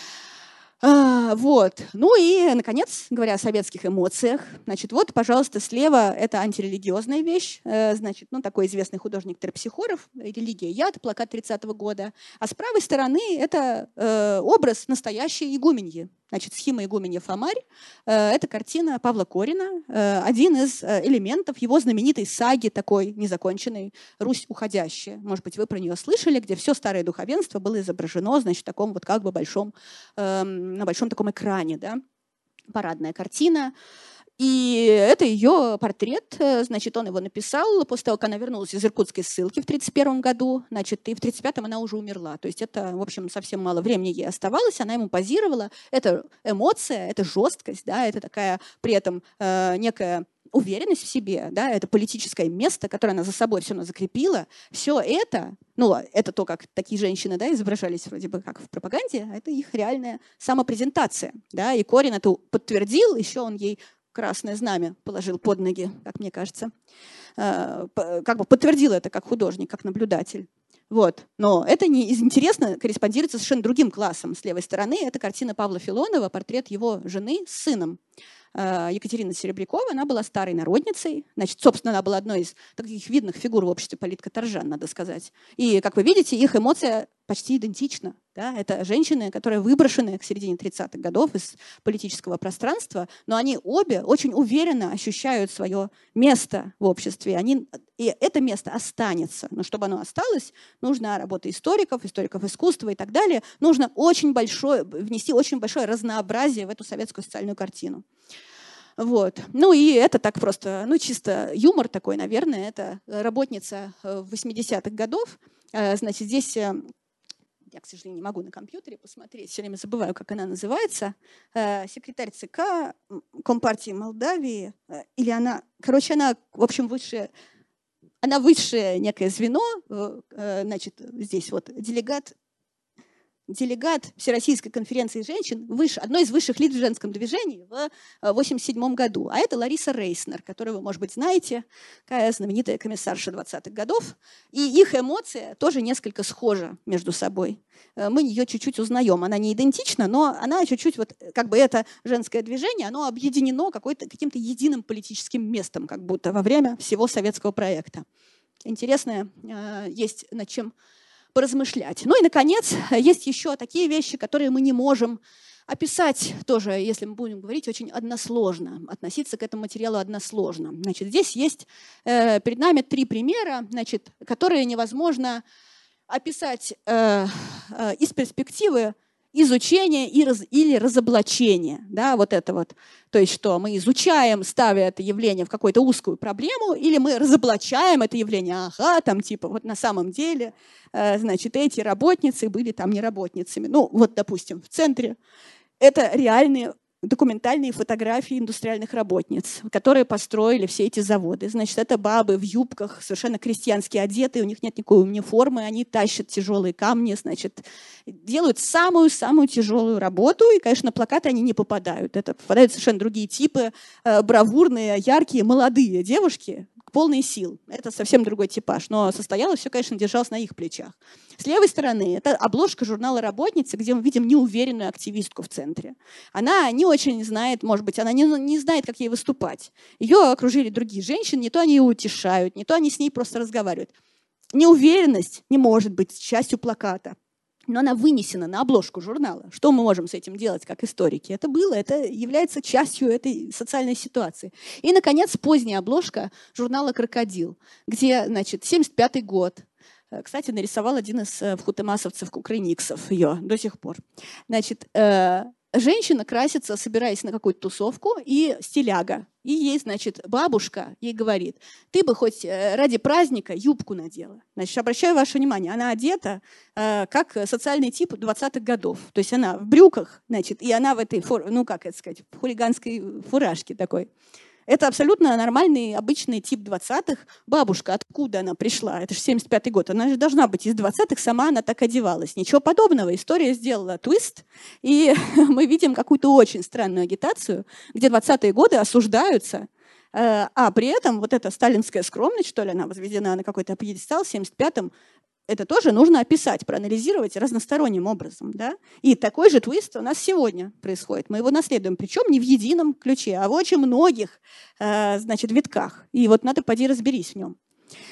Speaker 2: Вот. Ну и, наконец, говоря о советских эмоциях, значит, вот, пожалуйста, слева это антирелигиозная вещь, значит, такой известный художник Терпсихоров, «Религия, яд», плакат 30-го года, а с правой стороны это образ настоящей игуменьи. Значит, схема игуменья Фомарь – это картина Павла Корина, один из элементов его знаменитой саги такой незаконченной «Русь уходящая». Может быть, вы про нее слышали, где все старое духовенство было изображено, значит, в таком вот как бы на большом таком экране, да? Парадная картина. И это ее портрет, значит, он его написал после того, как она вернулась из иркутской ссылки в 1931 году, значит, и в 1935 она уже умерла. То есть это, в общем, совсем мало времени ей оставалось, она ему позировала. Это эмоция, это жесткость, да, это такая при этом некая уверенность в себе, да, это политическое место, которое она за собой все закрепила. Все это, это то, как такие женщины, да, изображались вроде бы как в пропаганде, а это их реальная самопрезентация, да, и Корин это подтвердил, еще он ей красное знамя положил под ноги, как мне кажется, как бы подтвердил это как художник, как наблюдатель. Вот. Но это интересно корреспондирует с совершенно другим классом. С левой стороны это картина Павла Филонова, портрет его жены с сыном. Екатерина Серебрякова, она была старой народницей. Значит, собственно, она была одной из таких видных фигур в обществе политкоторжан, надо сказать. И, как вы видите, их эмоция почти идентична. Да? Это женщины, которые выброшены к середине 30-х годов из политического пространства, но они обе очень уверенно ощущают свое место в обществе. И это место останется. Но чтобы оно осталось, нужна работа историков искусства и так далее. Нужно внести очень большое разнообразие в эту советскую социальную картину. Вот. И это так просто, чисто юмор такой, наверное. Это работница 80-х годов. Значит, здесь... Я, к сожалению, не могу на компьютере посмотреть, все время забываю, как она называется, секретарь ЦК Компартии Молдавии, или она, она, в общем, высшее некое звено, значит, здесь вот делегат Всероссийской конференции женщин, одной из высших лиц в женском движении в 1987 году. А это Лариса Рейснер, которую вы, может быть, знаете, такая знаменитая комиссарша 20-х годов. И их эмоция тоже несколько схожа между собой. Мы ее чуть-чуть узнаем. Она не идентична, но она чуть-чуть, это женское движение, оно объединено каким-то единым политическим местом, как будто во время всего советского проекта. Интересное есть над чем поразмышлять. И, наконец, есть еще такие вещи, которые мы не можем описать тоже, если мы будем говорить очень односложно, относиться к этому материалу односложно. Значит, здесь есть перед нами 3 примера, значит, которые невозможно описать из перспективы изучения или разоблачения. Да, вот это вот. То есть что мы изучаем, ставя это явление в какую-то узкую проблему, или мы разоблачаем это явление. На самом деле, значит, эти работницы были там не работницами. Допустим, в центре это реальные документальные фотографии индустриальных работниц, которые построили все эти заводы. Значит, это бабы в юбках, совершенно крестьянски одетые, у них нет никакой униформы, они тащат тяжелые камни, значит, делают самую-самую тяжелую работу, и, конечно, на плакаты они не попадают. Это попадают совершенно другие типы, бравурные, яркие, молодые девушки, полные сил. Это совсем другой типаж. Но состоялось все, конечно, держалось на их плечах. С левой стороны это обложка журнала «Работница», где мы видим неуверенную активистку в центре. Она не очень знает, может быть, она не знает, как ей выступать. Ее окружили другие женщины, не то они ее утешают, не то они с ней просто разговаривают. Неуверенность не может быть частью плаката. Но она вынесена на обложку журнала. Что мы можем с этим делать, как историки? Это является частью этой социальной ситуации. И, наконец, поздняя обложка журнала «Крокодил», где, значит, 1975 год, Кстати, нарисовал один из вхутемасовцев, кукрыниксов ее до сих пор. Значит, женщина красится, собираясь на какую-то тусовку, и стиляга. И ей, значит, бабушка ей говорит: ты бы хоть ради праздника юбку надела. Значит, обращаю ваше внимание, она одета как социальный тип 20-х годов. То есть она в брюках, значит, и она в этой, ну как это сказать, в хулиганской фуражке такой. Это абсолютно нормальный, обычный тип 20-х. Бабушка, откуда она пришла? Это же 75-й год. Она же должна быть из 20-х, сама она так одевалась. Ничего подобного. История сделала твист, и мы видим какую-то очень странную агитацию, где 20-е годы осуждаются, а при этом вот эта сталинская скромность, что ли, она возведена на какой-то пьедестал в 75-м, это тоже нужно описать, проанализировать разносторонним образом. Да? И такой же твист у нас сегодня происходит. Мы его наследуем, причем не в едином ключе, а в очень многих, значит, витках. И вот надо поди разберись в нем.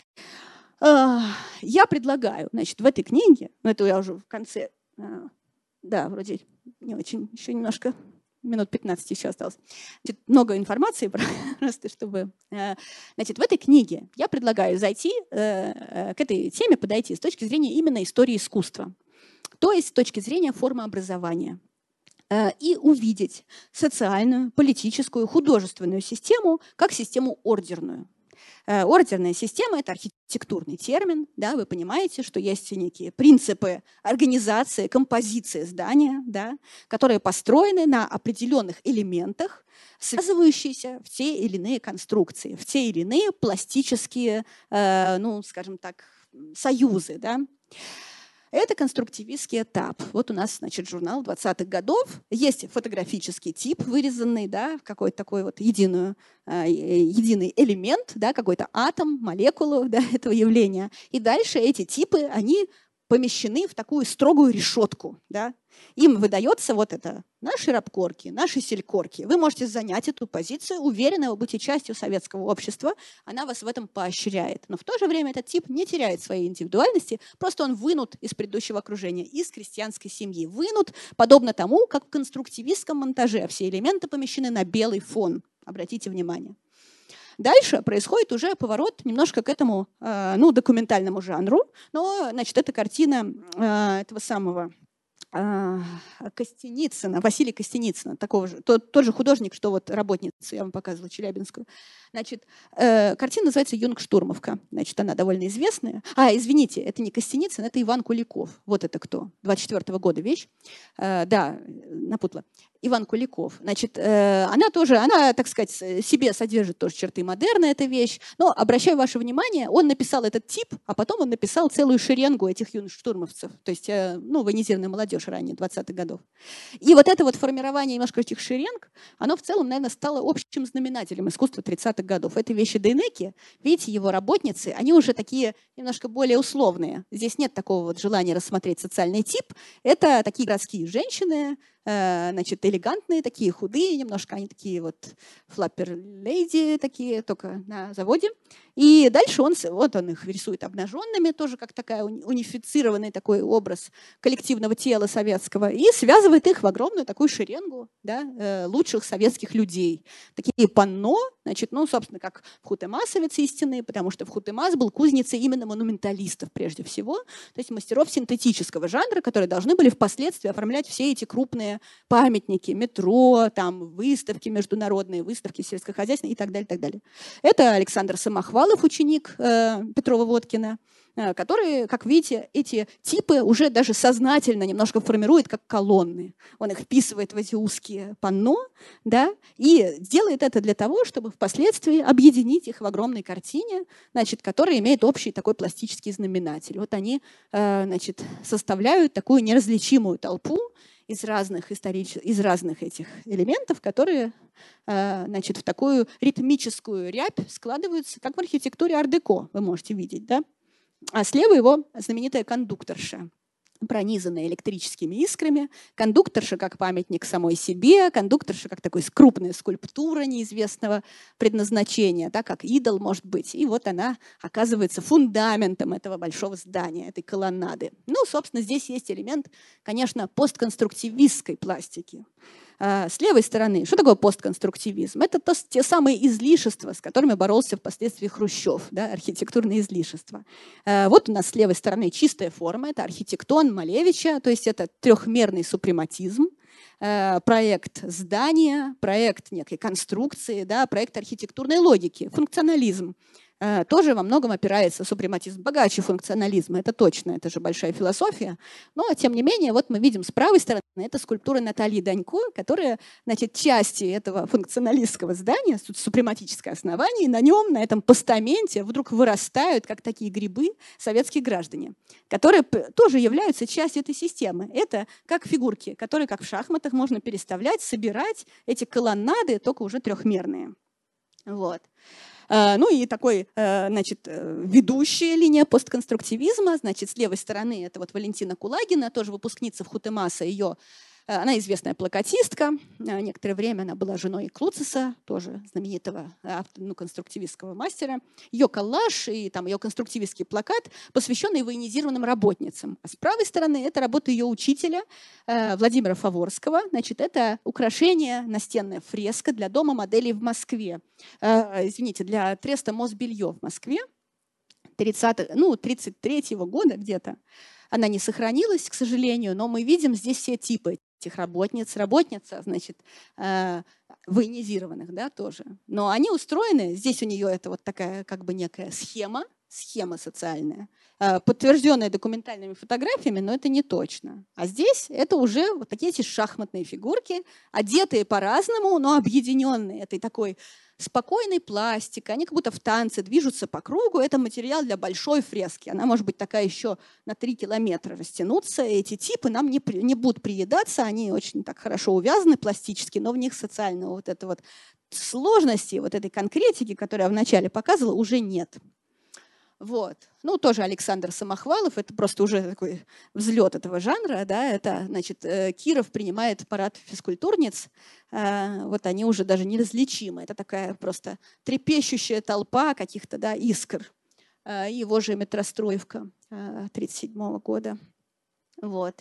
Speaker 2: Я предлагаю, значит, в этой книге, ну это я уже в конце, да, вроде не очень, еще немножко, минут 15 еще осталось. Значит, много информации, просто чтобы... Значит, в этой книге я предлагаю зайти к этой теме, подойти с точки зрения именно истории искусства, то есть с точки зрения формы образования, и увидеть социальную, политическую, художественную систему как систему ордерную. Ордерная система – это архитектурный термин. Да, вы понимаете, что есть некие принципы организации, композиции здания, да, которые построены на определенных элементах, связывающиеся в те или иные конструкции, в те или иные пластические, ну, скажем так, союзы. Да. Это конструктивистский этап. Вот у нас, значит, журнал 20-х годов. Есть фотографический тип, вырезанный, да, в какой-то такой вот единый элемент, да, какой-то атом, молекулу, да, этого явления. И дальше эти типы, они помещены в такую строгую решетку. Да. Им выдается вот это наши рабкорки, наши селькорки. Вы можете занять эту позицию, уверенно вы будете частью советского общества, она вас в этом поощряет. Но в то же время этот тип не теряет своей индивидуальности, просто он вынут из предыдущего окружения, из крестьянской семьи. Вынут, подобно тому, как в конструктивистском монтаже все элементы помещены на белый фон. Обратите внимание. Дальше происходит уже поворот немножко к этому ну, документальному жанру, но, значит, это картина этого самого Костеницына, Василия Костеницына, такого же, тот же художник, что вот работницу я вам показывала, челябинскую. Значит, картина называется «Юнгштурмовка». Значит, она довольно известная. Извините, это не Костеницын, это Иван Куликов. Вот это кто? 24-го года вещь. Да, напутала. Иван Куликов. Значит, она, так сказать, себе содержит тоже черты модерна, эта вещь. Но, обращаю ваше внимание, он написал этот тип, а потом он написал целую шеренгу этих юнгштурмовцев. То есть, ну, военизированная молодежь ранее, 20-х годов. И вот это вот формирование немножко этих шеренг, оно в целом, наверное, стало общим знаменателем искусства 30-х годов. Это вещи Дейнеки, видите, его работницы, они уже такие немножко более условные. Здесь нет такого вот желания рассмотреть социальный тип. Это такие городские женщины, значит, элегантные, такие худые немножко, они такие вот флаппер-леди, такие только на заводе. И дальше он их рисует обнаженными, тоже как такая унифицированный такой образ коллективного тела советского, и связывает их в огромную такую шеренгу, да, лучших советских людей. Такие панно, значит, ну, собственно, как вхутемасовец истинный, потому что Вхутемас был кузницей именно монументалистов прежде всего, то есть мастеров синтетического жанра, которые должны были впоследствии оформлять все эти крупные памятники, метро, там, выставки международные, выставки сельскохозяйственные и так далее, так далее. Это Александр Самохвалов, ученик Петрова-Водкина, который, как видите, эти типы уже даже сознательно немножко формирует как колонны. Он их вписывает в эти узкие панно, да, и делает это для того, чтобы впоследствии объединить их в огромной картине, значит, которая имеет общий такой пластический знаменатель. Вот они, значит, составляют такую неразличимую толпу из разных этих элементов, которые, значит, в такую ритмическую рябь складываются, как в архитектуре ар-деко, вы можете видеть, да? А слева его знаменитая кондукторша, пронизанная электрическими искрами, кондукторша как памятник самой себе, кондукторша как такой крупная скульптура неизвестного предназначения, да, как идол, может быть. И вот она оказывается фундаментом этого большого здания, этой колоннады. Ну, собственно, здесь есть элемент, конечно, постконструктивистской пластики. С левой стороны, что такое постконструктивизм? Это те самые излишества, с которыми боролся впоследствии Хрущев, да, архитектурные излишества. Вот у нас с левой стороны чистая форма, это архитектон Малевича, то есть это трехмерный супрематизм, проект здания, проект некой конструкции, да, проект архитектурной логики, функционализм. Тоже во многом опирается супрематизм богаче функционализма, это точно, это же большая философия. Но, тем не менее, вот мы видим с правой стороны, это скульптура Натальи Данько, которая, значит, части этого функционалистского здания, супрематическое основание, и на нем, на этом постаменте вдруг вырастают, как такие грибы, советские граждане, которые тоже являются частью этой системы. Это как фигурки, которые, как в шахматах, можно переставлять, собирать эти колоннады, только уже трехмерные. Вот. Ну и такой, значит, ведущая линия постконструктивизма, значит, с левой стороны это вот Валентина Кулагина, тоже выпускница ВХУТМАСа, она известная плакатистка, некоторое время она была женой Клуцеса, тоже знаменитого конструктивистского мастера. Ее коллаж и там ее конструктивистский плакат, посвященный военизированным работницам. А с правой стороны это работа ее учителя Владимира Фаворского. Значит, это украшение, настенная фреска для дома моделей в Москве. Извините, для треста Мосбелье в Москве 33-го года где-то. Она не сохранилась, к сожалению, но мы видим здесь все типы этих работница, значит, военизированных, да, тоже. Но они устроены, здесь у нее это вот такая как бы некая схема социальная, подтвержденная документальными фотографиями, но это не точно. А здесь это уже вот такие эти шахматные фигурки, одетые по-разному, но объединенные этой такой спокойный пластик, они как будто в танце движутся по кругу. Это материал для большой фрески. Она может быть такая еще на 3 километра растянуться. Эти типы нам не будут приедаться, они очень так хорошо увязаны пластически, но в них социального вот этой вот сложности, вот этой конкретики, которую я вначале показывала, уже нет. Вот. Ну, тоже Александр Самохвалов, это просто уже такой взлет этого жанра, да, это, значит, Киров принимает парад физкультурниц, вот они уже даже неразличимы, это такая просто трепещущая толпа каких-то, да, искр, его же метростроевка 1937 года, вот.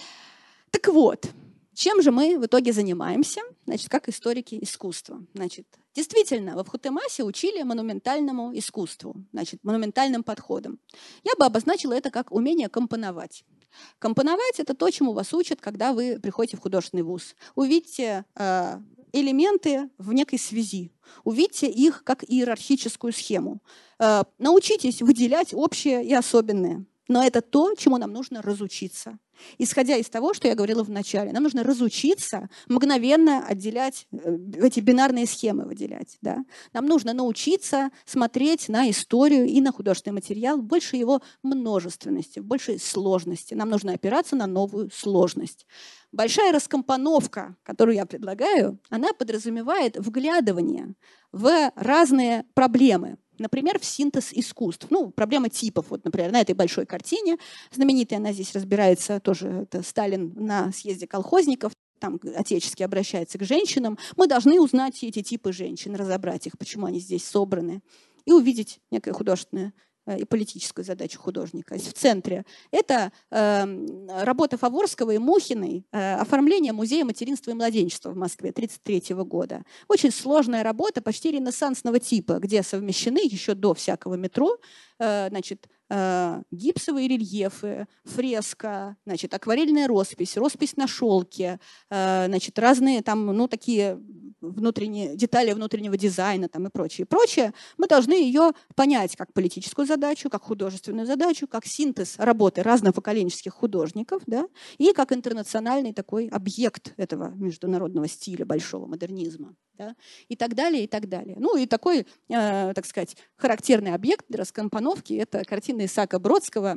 Speaker 2: Так вот, чем же мы в итоге занимаемся, значит, как историки искусства, значит, действительно, во ВХУТМАСе учили монументальному искусству, значит, монументальным подходам. Я бы обозначила это как умение компоновать. Компоновать – это то, чему вас учат, когда вы приходите в художественный вуз. Увидьте элементы в некой связи, увидьте их как иерархическую схему. Научитесь выделять общее и особенное. Но это то, чему нам нужно разучиться. Исходя из того, что я говорила в начале, нам нужно разучиться мгновенно отделять, эти бинарные схемы выделять. Да? Нам нужно научиться смотреть на историю и на художественный материал в большей его множественности, в большей сложности. Нам нужно опираться на новую сложность. Большая раскомпоновка, которую я предлагаю, она подразумевает вглядывание в разные проблемы. Например, в синтез искусств. Ну, проблема типов. Вот, например, на этой большой картине, знаменитой, она здесь разбирается, тоже это Сталин на съезде колхозников, там отечески обращается к женщинам. Мы должны узнать все эти типы женщин, разобрать их, почему они здесь собраны, и увидеть некое художественное и политическую задачу художника. В центре это работа Фаворского и Мухиной, оформление музея материнства и младенчества в Москве 1933 года. Очень сложная работа, почти ренессансного типа, где совмещены еще до всякого метро, значит, гипсовые рельефы, фреска, значит, акварельная роспись, роспись на шелке, значит, разные там, ну, такие внутренние детали внутреннего дизайна там, и прочее, прочее. Мы должны ее понять как политическую задачу, как художественную задачу, как синтез работы разновоколенческих художников, да, и как интернациональный такой объект этого международного стиля большого модернизма. Да, и так далее, и так далее. Ну и такой, так сказать, характерный объект для раскомпоновки – это картина Исаака Бродского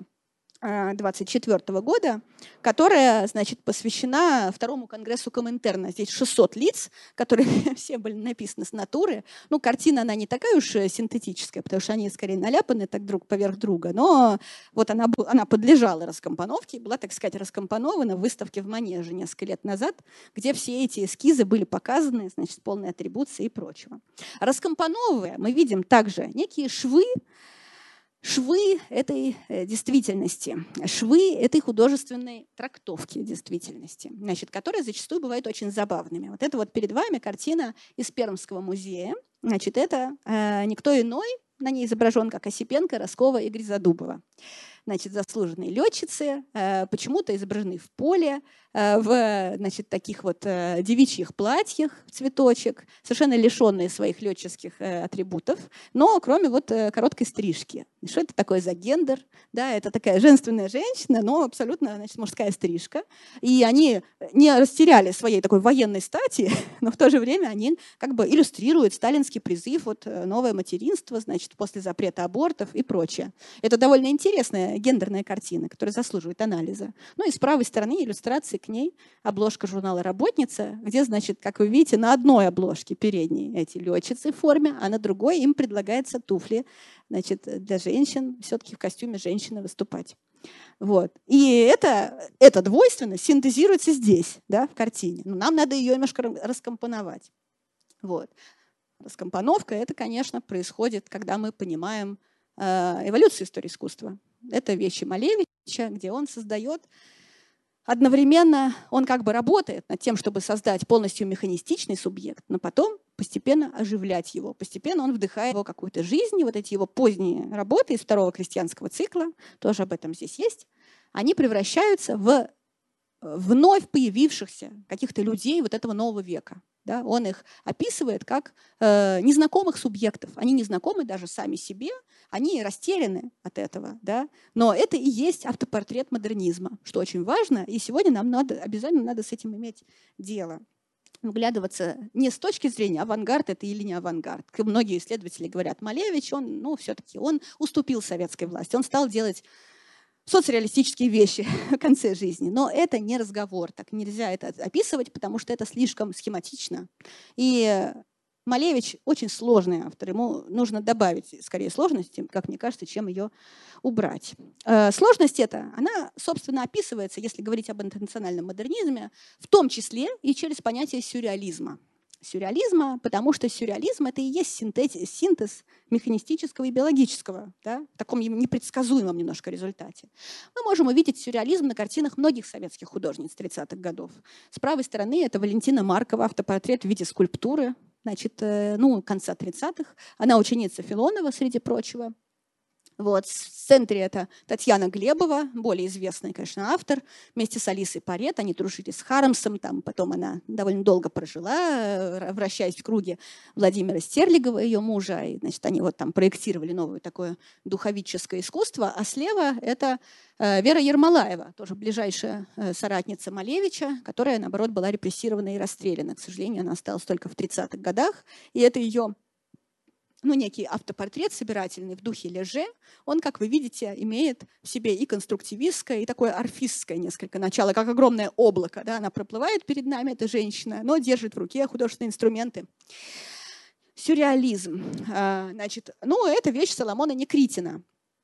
Speaker 2: 1924 года, которая, значит, посвящена второму конгрессу Коминтерна. Здесь 600 лиц, которые все были написаны с натуры. Ну, картина, она не такая уж синтетическая, потому что они скорее наляпаны так друг поверх друга, но вот она подлежала раскомпоновке, была, так сказать, раскомпонована в выставке в Манеже несколько лет назад, где все эти эскизы были показаны, значит, полной атрибуцией и прочего. Раскомпоновывая, мы видим также некие швы швы этой действительности, швы этой художественной трактовки действительности, значит, которые зачастую бывают очень забавными. Вот это вот перед вами картина из Пермского музея. Значит, это никто иной, на ней изображен как Осипенко, Роскова и Гризодубова. Значит, заслуженные летчицы почему-то изображены в поле, в, значит, таких вот девичьих платьях в цветочек, совершенно лишенные своих летческих атрибутов, но кроме вот короткой стрижки. Что это такое за гендер? Да, это такая женственная женщина, но абсолютно, значит, мужская стрижка. И они не растеряли своей такой военной стати, но в то же время они как бы иллюстрируют сталинский призыв, вот новое материнство, значит, после запрета абортов и прочее. Это довольно интересная гендерная картина, которая заслуживает анализа. Ну и с правой стороны иллюстрации к ней обложка журнала «Работница», где, значит, как вы видите, на одной обложке передней эти летчицы в форме, а на другой им предлагается туфли, значит, для женщин, все-таки в костюме женщины выступать. Вот. И эта двойственность синтезируется здесь, да, в картине. Но нам надо ее немножко раскомпоновать. Вот. Раскомпоновка – это, конечно, происходит, когда мы понимаем эволюцию истории искусства. Это вещи Малевича, где он создает одновременно, он как бы работает над тем, чтобы создать полностью механистичный субъект, но потом постепенно оживлять его. Постепенно он вдыхает его какую-то жизнь. И вот эти его поздние работы из второго крестьянского цикла, тоже об этом здесь есть, они превращаются в вновь появившихся каких-то людей вот этого нового века. Да? Он их описывает как незнакомых субъектов. Они незнакомы даже сами себе, они растеряны от этого. Да? Но это и есть автопортрет модернизма, что очень важно. И сегодня нам обязательно надо с этим иметь дело. Вглядываться не с точки зрения авангард это или не авангард. Многие исследователи говорят, Малевич, он все-таки он уступил советской власти, он стал делать соцреалистические вещи в конце жизни. Но это не разговор, так нельзя это описывать, потому что это слишком схематично. И Малевич очень сложный автор, ему нужно добавить скорее сложности, как мне кажется, чем ее убрать. Сложность эта, она, собственно, описывается, если говорить об интернациональном модернизме, в том числе и через понятие сюрреализма. Сюрреализма, потому что сюрреализм – это и есть синтез механистического и биологического, да, в таком непредсказуемом немножко результате. Мы можем увидеть сюрреализм на картинах многих советских художниц 30-х годов. С правой стороны это Валентина Маркова, автопортрет в виде скульптуры, значит, конца 30-х. Она ученица Филонова, среди прочего. Вот. В центре это Татьяна Глебова, более известный, конечно, автор. Вместе с Алисой Парет они дружили с Хармсом, там потом она довольно долго прожила, вращаясь в круге Владимира Стерлигова, ее мужа. И, значит, они вот там проектировали новое такое духовическое искусство. А слева это Вера Ермолаева, тоже ближайшая соратница Малевича, которая, наоборот, была репрессирована и расстреляна. К сожалению, она осталась только в 30-х годах. И это ее некий автопортрет собирательный в духе Леже, он, как вы видите, имеет в себе и конструктивистское, и такое орфистское несколько начало, как огромное облако. Да? Она проплывает перед нами, эта женщина, но держит в руке художественные инструменты. Сюрреализм. Значит, это вещь Соломона Некритина.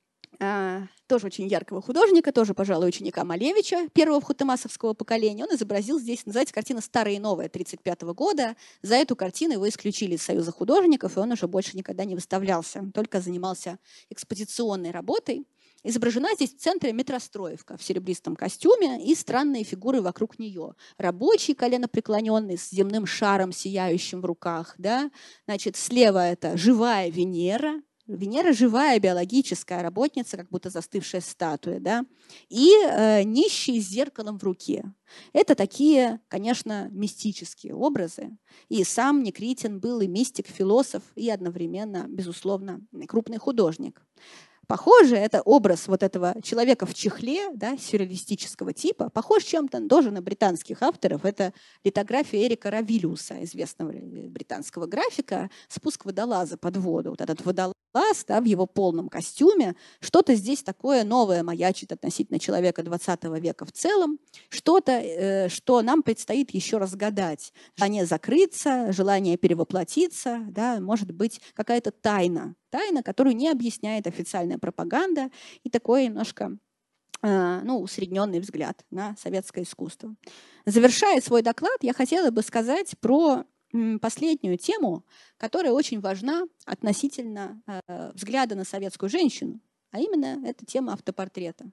Speaker 2: Тоже очень яркого художника, тоже, пожалуй, ученика Малевича, первого хутемасовского поколения. Он изобразил здесь, называется картина «Старая и новая» 1935 года. За эту картину его исключили из Союза художников, и он уже больше никогда не выставлялся, только занимался экспозиционной работой. Изображена здесь в центре метростроевка в серебристом костюме и странные фигуры вокруг нее. Рабочий, коленопреклоненный, с земным шаром, сияющим в руках. Да? Значит, слева это живая Венера. Венера живая, биологическая работница, как будто застывшая статуя, да? И нищий с зеркалом в руке. Это такие, конечно, мистические образы. И сам Некритин был и мистик, философ, и одновременно, безусловно, крупный художник. Похоже, это образ вот этого человека в чехле, да, сюрреалистического типа, похож чем-то тоже на британских авторов. Это литография Эрика Равилиуса, известного британского графика, «Спуск водолаза под воду». Вот этот водолаз, да, в его полном костюме, что-то здесь такое новое маячит относительно человека 20 века в целом, что-то, что нам предстоит еще разгадать. Желание закрыться, желание перевоплотиться, да, может быть, какая-то тайна, которую не объясняет официальная пропаганда, и такой немножко усредненный взгляд на советское искусство. Завершая свой доклад, я хотела бы сказать про последнюю тему, которая очень важна относительно взгляда на советскую женщину, а именно это тема автопортрета.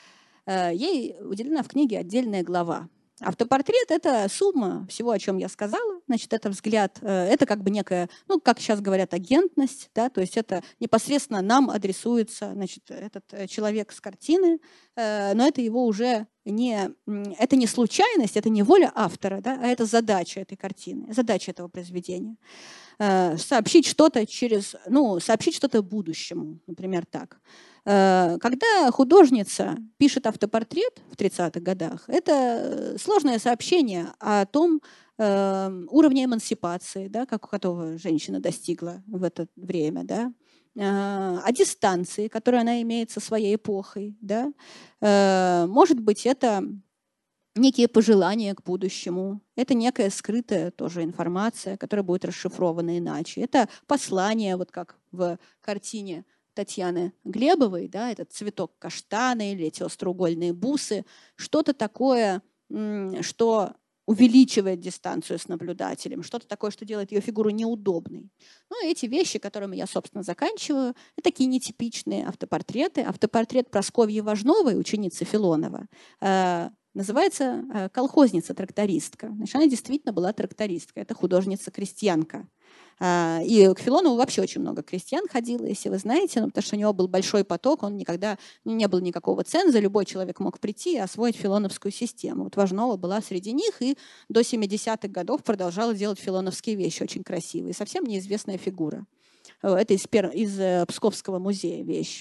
Speaker 2: Ей уделена в книге отдельная глава. Автопортрет – это сумма всего, о чем я сказала. Значит, это взгляд, это как бы некая, ну, как сейчас говорят, агентность, да, то есть это непосредственно нам адресуется, значит, этот человек с картины, но это его уже это не случайность, это не воля автора, да, а это задача этой картины, задача этого произведения. Сообщить что-то сообщить что-то будущему, например, так. Когда художница пишет автопортрет в 30-х годах, это сложное сообщение о том уровне эмансипации, да, которого женщина достигла в это время, да, о дистанции, которую она имеет со своей эпохой. Да. Может быть, это некие пожелания к будущему. Это некая скрытая тоже информация, которая будет расшифрована иначе. Это послание, вот как в картине Татьяны Глебовой, да, этот цветок каштана или эти остроугольные бусы, что-то такое, что увеличивает дистанцию с наблюдателем, что-то такое, что делает ее фигуру неудобной. Ну, эти вещи, которыми я, собственно, заканчиваю, это такие нетипичные автопортреты. Автопортрет Прасковьи Важновой, ученицы Филонова, называется «Колхозница-трактористка». Значит, она действительно была трактористкой. Это художница-крестьянка. И к Филонову вообще очень много крестьян ходило, если вы знаете, потому что у него был большой поток, он никогда не было никакого ценза, любой человек мог прийти и освоить филоновскую систему. Вот Важнова была среди них и до 70-х годов продолжала делать филоновские вещи, очень красивые. Совсем неизвестная фигура. Это из Псковского музея вещь.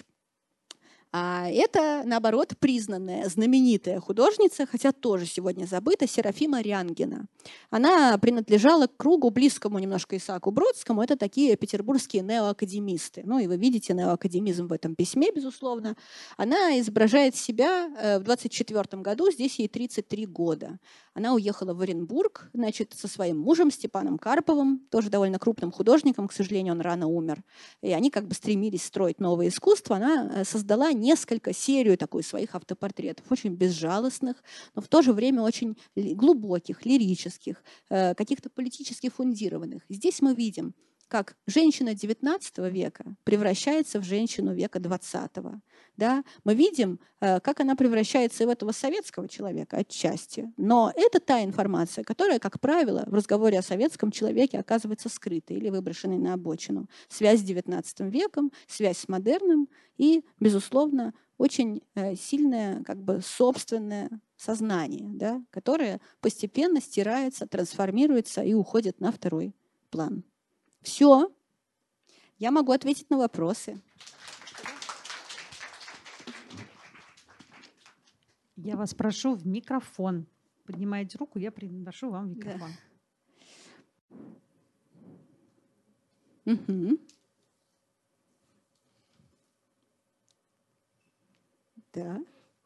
Speaker 2: А это, наоборот, признанная, знаменитая художница, хотя тоже сегодня забыта, Серафима Рянгина. Она принадлежала к кругу близкому немножко Исааку Бродскому. Это такие петербургские неоакадемисты. Ну и вы видите неоакадемизм в этом письме, безусловно. Она изображает себя в 1924 году, здесь ей 33 года. Она уехала в Оренбург, значит, со своим мужем Степаном Карповым, тоже довольно крупным художником, к сожалению, он рано умер. И они как бы стремились строить новое искусство. Она создала серию такой своих автопортретов, очень безжалостных, но в то же время очень глубоких, лирических, каких-то политически фундированных. Здесь мы видим, как женщина XIX века превращается в женщину века XX. Да? Мы видим, как она превращается и в этого советского человека отчасти. Но это та информация, которая, как правило, в разговоре о советском человеке оказывается скрытой или выброшенной на обочину. Связь с XIX веком, связь с модерном и, безусловно, очень сильное как бы собственное сознание, да, которое постепенно стирается, трансформируется и уходит на второй план. Все. Я могу ответить на вопросы.
Speaker 1: Я вас прошу в микрофон. Поднимаете руку, я приношу вам микрофон.
Speaker 2: Да. Угу. Да.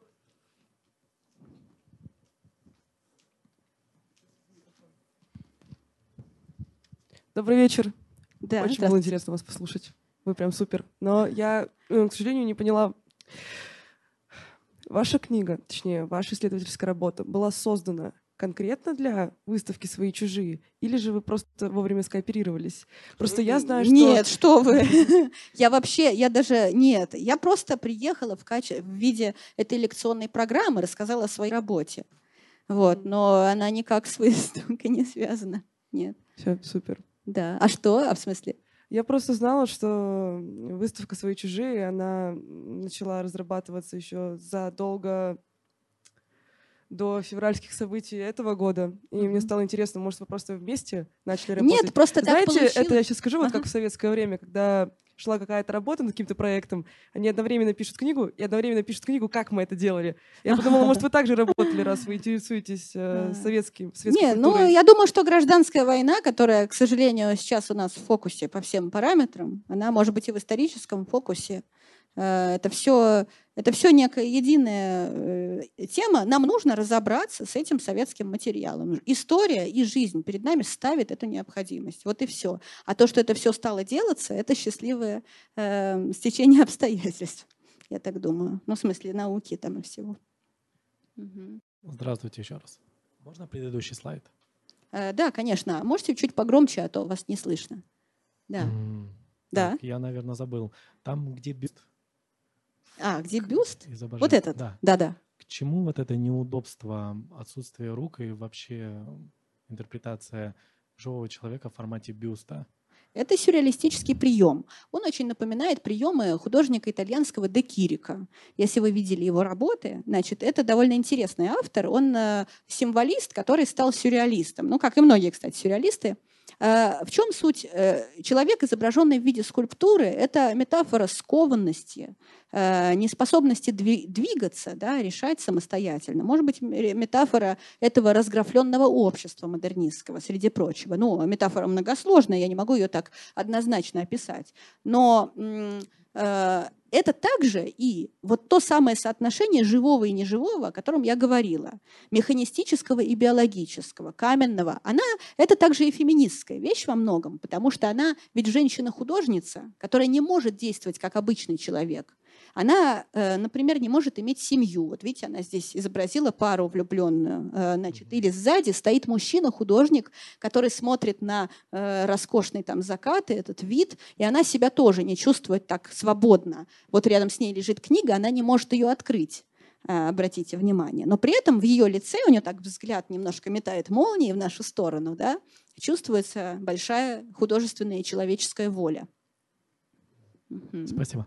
Speaker 3: Добрый вечер.
Speaker 2: Да,
Speaker 3: очень было интересно вас послушать. Вы прям супер. Но я, к сожалению, не поняла. Ваша книга, точнее, ваша исследовательская работа была создана конкретно для выставки «Свои-чужие»? Или же вы просто вовремя скооперировались? Просто я знаю, что...
Speaker 2: Нет, что вы. Нет. Я просто приехала в виде этой лекционной программы, рассказала о своей работе. Вот, но она никак с выставкой не связана. Нет.
Speaker 3: Все, супер.
Speaker 2: Да. А что? А в смысле?
Speaker 3: Я просто знала, что выставка «Свои-чужие», она начала разрабатываться еще задолго до февральских событий этого года. И мне стало интересно, может, вы просто вместе начали работать?
Speaker 2: Нет, просто так получилось.
Speaker 3: Знаете, это я сейчас скажу, вот как в советское время, когда шла какая-то работа над каким-то проектом, они одновременно пишут книгу, и одновременно пишут книгу, как мы это делали. Я подумала, может, вы также работали, раз вы интересуетесь советской
Speaker 2: культурой. Ну, я думаю, что гражданская война, которая, к сожалению, сейчас у нас в фокусе по всем параметрам, она может быть и в историческом фокусе. Это все некая единая тема. Нам нужно разобраться с этим советским материалом. История и жизнь перед нами ставит эту необходимость. Вот и все. А то, что это все стало делаться, это счастливое стечение обстоятельств, я так думаю. Ну, в смысле науки там и всего.
Speaker 4: Угу. Здравствуйте еще раз. Можно предыдущий слайд?
Speaker 2: Да, конечно. Можете чуть погромче, а то вас не слышно. Да.
Speaker 4: Да. Так, я, наверное, забыл. Там, где бюст
Speaker 2: Где бюст?
Speaker 4: изображение.
Speaker 2: Вот этот?
Speaker 4: Да.
Speaker 2: Да-да.
Speaker 4: К чему вот это неудобство, отсутствие рук и вообще интерпретация живого человека в формате бюста?
Speaker 2: Это сюрреалистический прием. Он очень напоминает приемы художника итальянского Де Кирика. Если вы видели его работы, значит, это довольно интересный автор. Он символист, который стал сюрреалистом. Ну, как и многие, кстати, сюрреалисты. В чем суть? Человек, изображенный в виде скульптуры, это метафора скованности, неспособности двигаться, да, решать самостоятельно. Может быть, метафора этого разграфленного общества модернистского, среди прочего. Ну, метафора многосложная, я не могу ее так однозначно описать. Но это также и вот то самое соотношение живого и неживого, о котором я говорила, механистического и биологического, каменного, это также и феминистская вещь во многом, потому что она ведь женщина-художница, которая не может действовать как обычный человек. Она, например, не может иметь семью. Вот видите, она здесь изобразила пару влюбленную. Значит, или сзади стоит мужчина-художник, который смотрит на роскошный там закат, этот вид, и она себя тоже не чувствует так свободно. Вот рядом с ней лежит книга, она не может ее открыть. Обратите внимание. Но при этом в ее лице, у нее так взгляд немножко метает молнии в нашу сторону, да, чувствуется большая художественная и человеческая воля.
Speaker 4: Спасибо.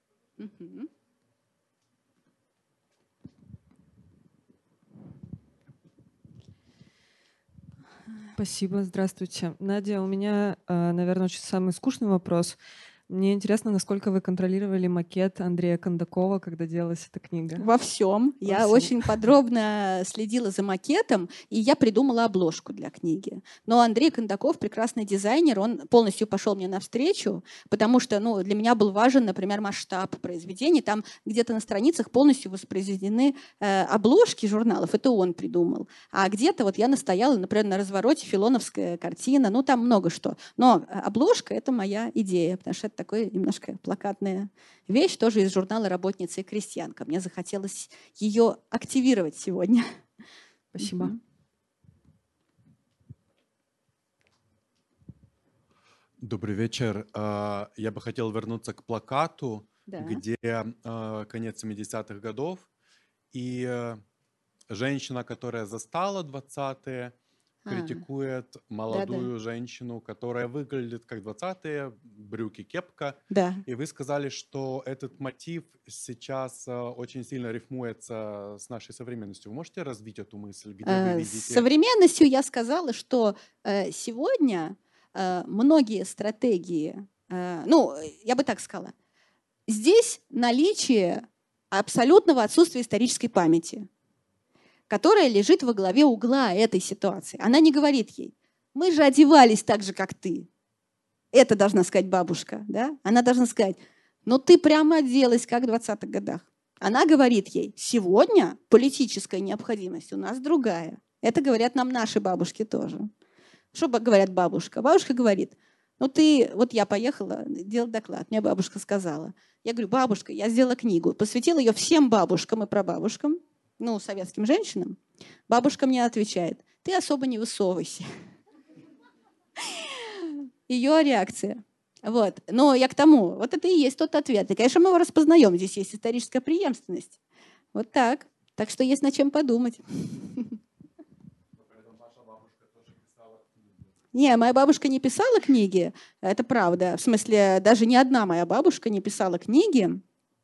Speaker 3: Спасибо, здравствуйте. Надя, у меня, наверное, очень самый скучный вопрос. Мне интересно, насколько вы контролировали макет Андрея Кондакова, когда делалась эта книга?
Speaker 2: Во всем. Я очень подробно следила за макетом, и я придумала обложку для книги. Но Андрей Кондаков, прекрасный дизайнер, он полностью пошел мне навстречу, потому что для меня был важен, например, масштаб произведений. Там где-то на страницах полностью воспроизведены обложки журналов. Это он придумал. А где-то вот я настояла, например, на развороте филоновская картина. Там много что. Но обложка — это моя идея, потому что это такая немножко плакатная вещь, тоже из журнала «Работница и крестьянка». Мне захотелось ее активировать сегодня.
Speaker 3: Спасибо.
Speaker 5: Добрый вечер. Я бы хотел вернуться к плакату, где конец 70-х годов, и женщина, которая застала 20-е, критикует молодую женщину, которая выглядит как 20-е, брюки, кепка.
Speaker 2: Да.
Speaker 5: И вы сказали, что этот мотив сейчас очень сильно рифмуется с нашей современностью. Вы можете развить эту мысль, где вы видите?
Speaker 2: С современностью я сказала, что сегодня многие стратегии, я бы так сказала, здесь наличие абсолютного отсутствия исторической памяти, которая лежит во главе угла этой ситуации. Она не говорит ей: мы же одевались так же, как ты. Это должна сказать бабушка. Да? Она должна сказать: ты прямо оделась, как в 20-х годах. Она говорит ей: сегодня политическая необходимость у нас другая. Это говорят нам наши бабушки тоже. Что говорят бабушка? Бабушка говорит: вот я поехала делать доклад, мне бабушка сказала. Я говорю: бабушка, я сделала книгу, посвятила ее всем бабушкам и прабабушкам, советским женщинам. Бабушка мне отвечает: ты особо не высовывайся. Ее реакция. Вот. Но я к тому, вот это и есть тот ответ. И, конечно, мы его распознаем. Здесь есть историческая преемственность. Вот так. Так что есть над чем подумать. Не, моя бабушка не писала книги. Это правда. В смысле, даже ни одна моя бабушка не писала книги.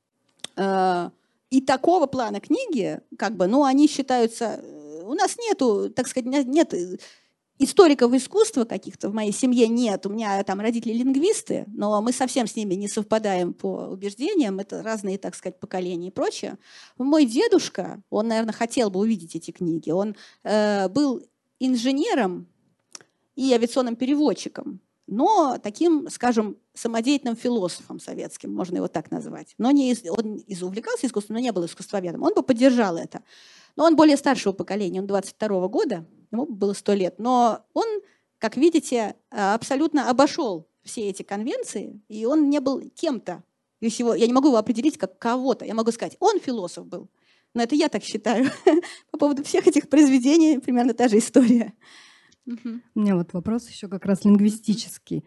Speaker 2: И такого плана книги, они считаются... У нас нету, так сказать, нет историков искусства каких-то в моей семье нет. У меня там родители лингвисты, но мы совсем с ними не совпадаем по убеждениям. Это разные, так сказать, поколения и прочее. Мой дедушка, он, наверное, хотел бы увидеть эти книги. Он был инженером и авиационным переводчиком, но таким, скажем, самодеятельным философом советским, можно его так назвать. Он увлекался искусством, но не был искусствоведом. Он бы поддержал это. Но он более старшего поколения, он 22-го года, ему было 100 лет. Но он, как видите, абсолютно обошел все эти конвенции, и он не был кем-то. Я не могу его определить как кого-то. Я могу сказать: он философ был. Но это я так считаю. По поводу всех этих произведений примерно та же история.
Speaker 6: У меня вот вопрос еще как раз лингвистический.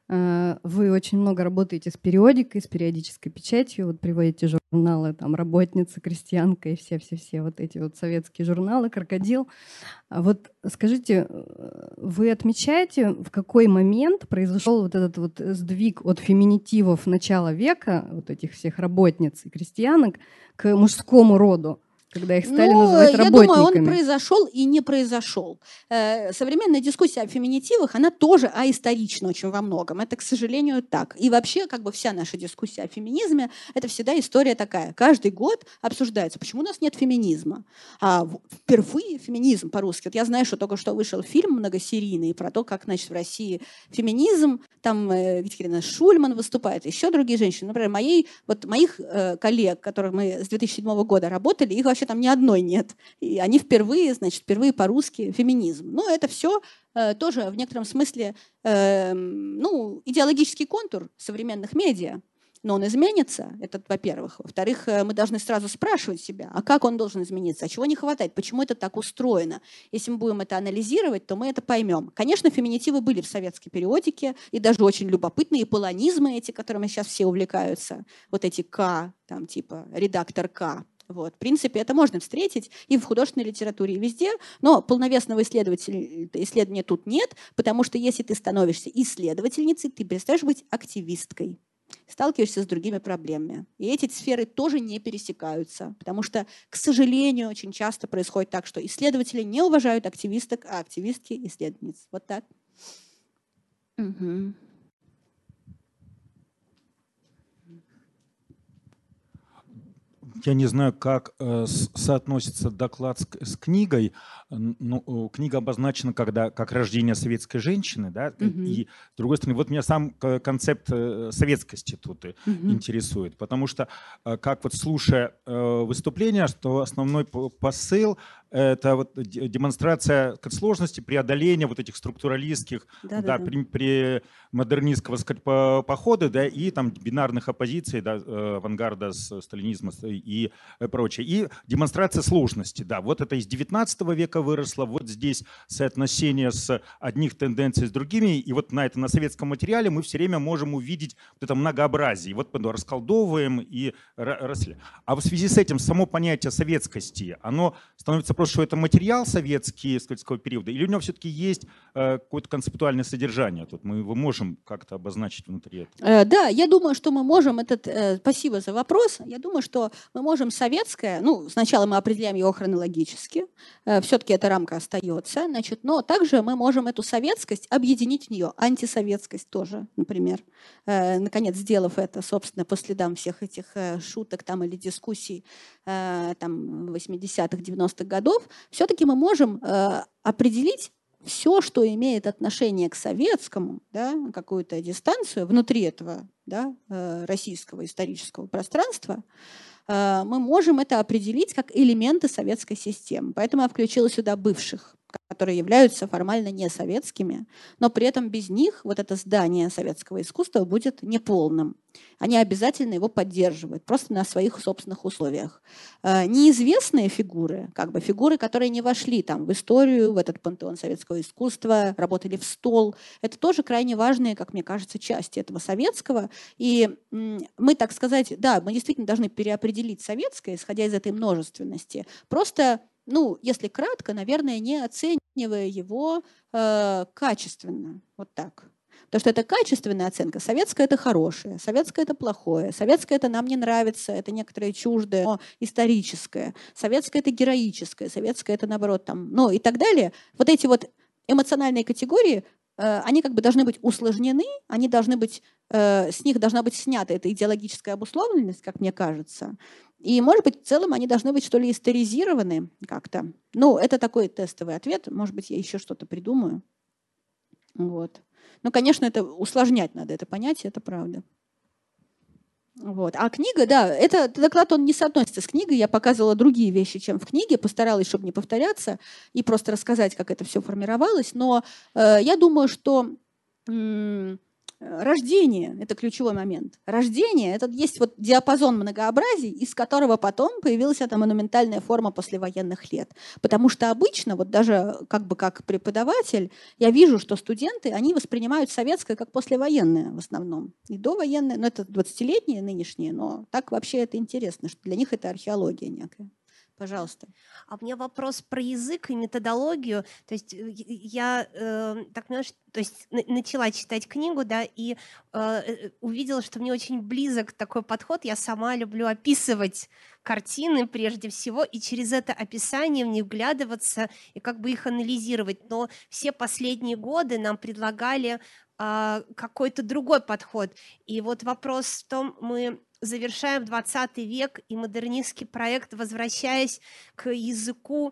Speaker 6: Вы очень много работаете с периодикой, с периодической печатью, вот приводите журналы, там, «Работница», «Крестьянка» и все вот эти вот советские журналы, «Крокодил». А вот скажите, вы отмечаете, в какой момент произошел вот этот вот сдвиг от феминитивов начала века, вот этих всех работниц и крестьянок, к мужскому роду, когда их стали называть работниками?
Speaker 2: Я думаю, он произошел и не произошел. Современная дискуссия о феминитивах, она тоже аисторична очень во многом. Это, к сожалению, так. И вообще, как бы вся наша дискуссия о феминизме, это всегда история такая. Каждый год обсуждается, почему у нас нет феминизма. А впервые феминизм по-русски. Вот я знаю, что только что вышел фильм многосерийный про то, как, значит, в России феминизм, там Екатерина Шульман выступает, еще другие женщины. Например, моих коллег, которых мы с 2007 года работали, их вообще там ни одной нет. И они впервые по-русски феминизм. Но это все тоже в некотором смысле идеологический контур современных медиа. Но он изменится, это во-первых. Во-вторых, мы должны сразу спрашивать себя, а как он должен измениться, а чего не хватает, почему это так устроено. Если мы будем это анализировать, то мы это поймем. Конечно, феминитивы были в советской периодике, и даже очень любопытные полонизмы эти, которыми сейчас все увлекаются. Вот эти К, там типа редактор К. Вот. В принципе, это можно встретить и в художественной литературе, и везде, но полновесного исследования тут нет, потому что если ты становишься исследовательницей, ты перестаешь быть активисткой, сталкиваешься с другими проблемами. И эти сферы тоже не пересекаются, потому что, к сожалению, очень часто происходит так, что исследователи не уважают активисток, а активистки – исследовательниц. Вот так. Угу.
Speaker 7: Я не знаю, как соотносится доклад с книгой. Ну, книга обозначена как рождение советской женщины, да? И с другой стороны, вот меня сам концепт советскости тут интересует, потому что, как вот слушая выступление, что основной посыл – это вот демонстрация сложности преодоления вот этих структуралистских, при модернистского, сказать, похода, да, и там бинарных оппозиций, да, авангарда с сталинизма и прочее. И демонстрация сложности, да, вот это из 19 века выросло, вот здесь соотношение с одних тенденций с другими, и вот на советском материале мы все время можем увидеть вот это многообразие. Вот расколдовываем и росли. А в связи с этим само понятие советскости, оно становится просто, что это материал советский, советского периода, или у него все-таки есть какое-то концептуальное содержание? Тут мы его можем как-то обозначить внутри этого.
Speaker 2: Да, я думаю, что мы можем спасибо за вопрос. Я думаю, что мы можем советское, сначала мы определяем его хронологически, все-таки эта рамка остается, значит, но также мы можем эту советскость объединить в нее, антисоветскость тоже, например, наконец сделав это, собственно, по следам всех этих шуток там или дискуссий там 80-х, 90-х годов, все-таки мы можем определить все, что имеет отношение к советскому, да, какую-то дистанцию внутри этого, да, российского исторического пространства, мы можем это определить как элементы советской системы. Поэтому я включила сюда бывших, которые являются формально не советскими, но при этом без них вот это здание советского искусства будет неполным. Они обязательно его поддерживают, просто на своих собственных условиях. Неизвестные фигуры, фигуры, которые не вошли там в историю, в этот пантеон советского искусства, работали в стол, это тоже крайне важные, как мне кажется, части этого советского. И мы, так сказать, да, мы действительно должны переопределить советское, исходя из этой множественности. Просто, если кратко, наверное, не оценивая его качественно. Вот так. Потому что это качественная оценка. Советское – это хорошее, советское – это плохое, советское – это нам не нравится, это некоторое чуждое, но историческое, советское – это героическое, советское – это наоборот там, и так далее. Вот эти вот эмоциональные категории, они должны быть усложнены, они должны быть, с них должна быть снята эта идеологическая обусловленность, как мне кажется. И, может быть, в целом они должны быть, что ли, историзированы как-то. Это такой тестовый ответ. Может быть, я еще что-то придумаю. Вот. Конечно, это усложнять надо, это понятие, это правда. Вот. А книга, да, этот доклад, он не соотносится с книгой. Я показывала другие вещи, чем в книге, постаралась, чтобы не повторяться, и просто рассказать, как это все формировалось. Но я думаю, что Рождение – это ключевой момент. Рождение – это есть вот диапазон многообразий, из которого потом появилась эта монументальная форма послевоенных лет. Потому что обычно, вот даже как бы как преподаватель, я вижу, что студенты, они воспринимают советское как послевоенное в основном. И довоенное, но это 20-летние нынешние, но так вообще это интересно, что для них это археология некая. Пожалуйста.
Speaker 8: А у меня вопрос про язык и методологию. То есть я так понимаю, что, то есть начала читать книгу, да, и увидела, что мне очень близок такой подход. Я сама люблю описывать картины прежде всего, и через это описание в них вглядываться и как бы их анализировать. Но все последние годы нам предлагали какой-то другой подход. И вот вопрос в том, мы завершаем 20 век и модернистский проект, возвращаясь к языку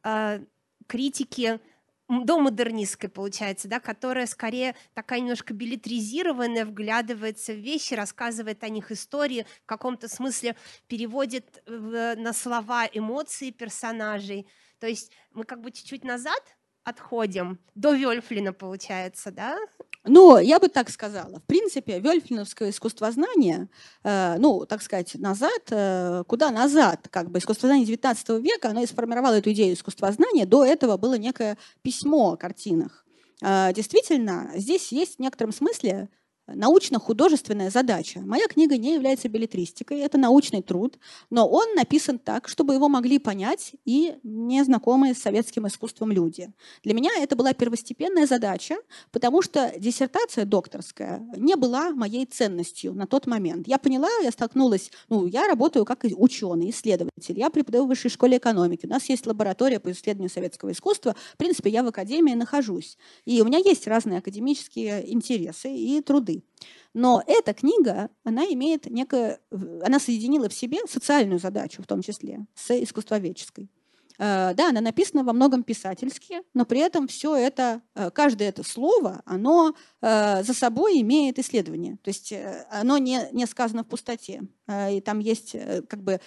Speaker 8: критики домодернистской, получается, да, которая скорее такая немножко беллетризированная, вглядывается в вещи, рассказывает о них истории, в каком-то смысле переводит на слова эмоции персонажей. То есть мы как бы чуть-чуть назад отходим, до Вёльфлина, получается, да?
Speaker 2: Ну, я бы так сказала. В принципе, вёльфлиновское искусствознание, ну, так сказать, назад, куда назад? Как бы искусствознание XIX века, оно и сформировало эту идею искусствознания. До этого было некое письмо о картинах. Действительно, здесь есть в некотором смысле научно-художественная задача. Моя книга не является беллетристикой, это научный труд, но он написан так, чтобы его могли понять и незнакомые с советским искусством люди. Для меня это была первостепенная задача, потому что диссертация докторская не была моей ценностью на тот момент. Я поняла, я столкнулась, я работаю как ученый, исследователь, я преподаю в высшей школе экономики, у нас есть лаборатория по исследованию советского искусства, в принципе, я в академии нахожусь, и у меня есть разные академические интересы и труды. Но эта книга, она соединила в себе социальную задачу, в том числе, с искусствоведческой. Да, она написана во многом писательски, но при этом все это, каждое это слово, оно за собой имеет исследование. То есть оно не сказано в пустоте. И там есть как бы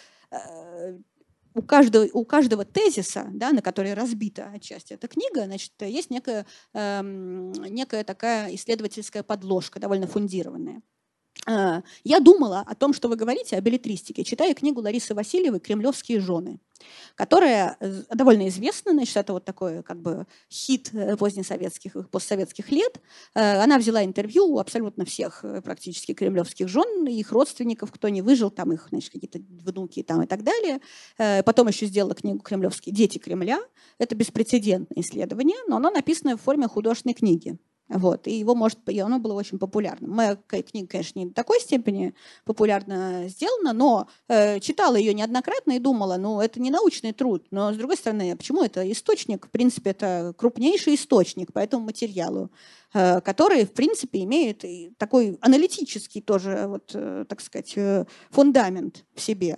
Speaker 2: у каждого тезиса, да, на который разбита отчасти эта книга, значит, есть некая такая исследовательская подложка, довольно фундированная. Я думала о том, что вы говорите о беллетристике, читая книгу Ларисы Васильевой «Кремлевские жены», которая довольно известна, значит, это вот такой как бы хит позднесоветских и постсоветских лет. Она взяла интервью у абсолютно всех практически кремлевских жен, их родственников, кто не выжил, там их, значит, какие-то внуки там и так далее. Потом еще сделала книгу «Кремлевские дети Кремля». Это беспрецедентное исследование, но оно написано в форме художественной книги. Вот, и оно было очень популярным. Моя книга, конечно, не до такой степени популярно сделана, но читала ее неоднократно и думала, это не научный труд, но, с другой стороны, почему это источник? В принципе, это крупнейший источник по этому материалу, который, в принципе, имеет такой аналитический тоже, вот, так сказать, фундамент в себе.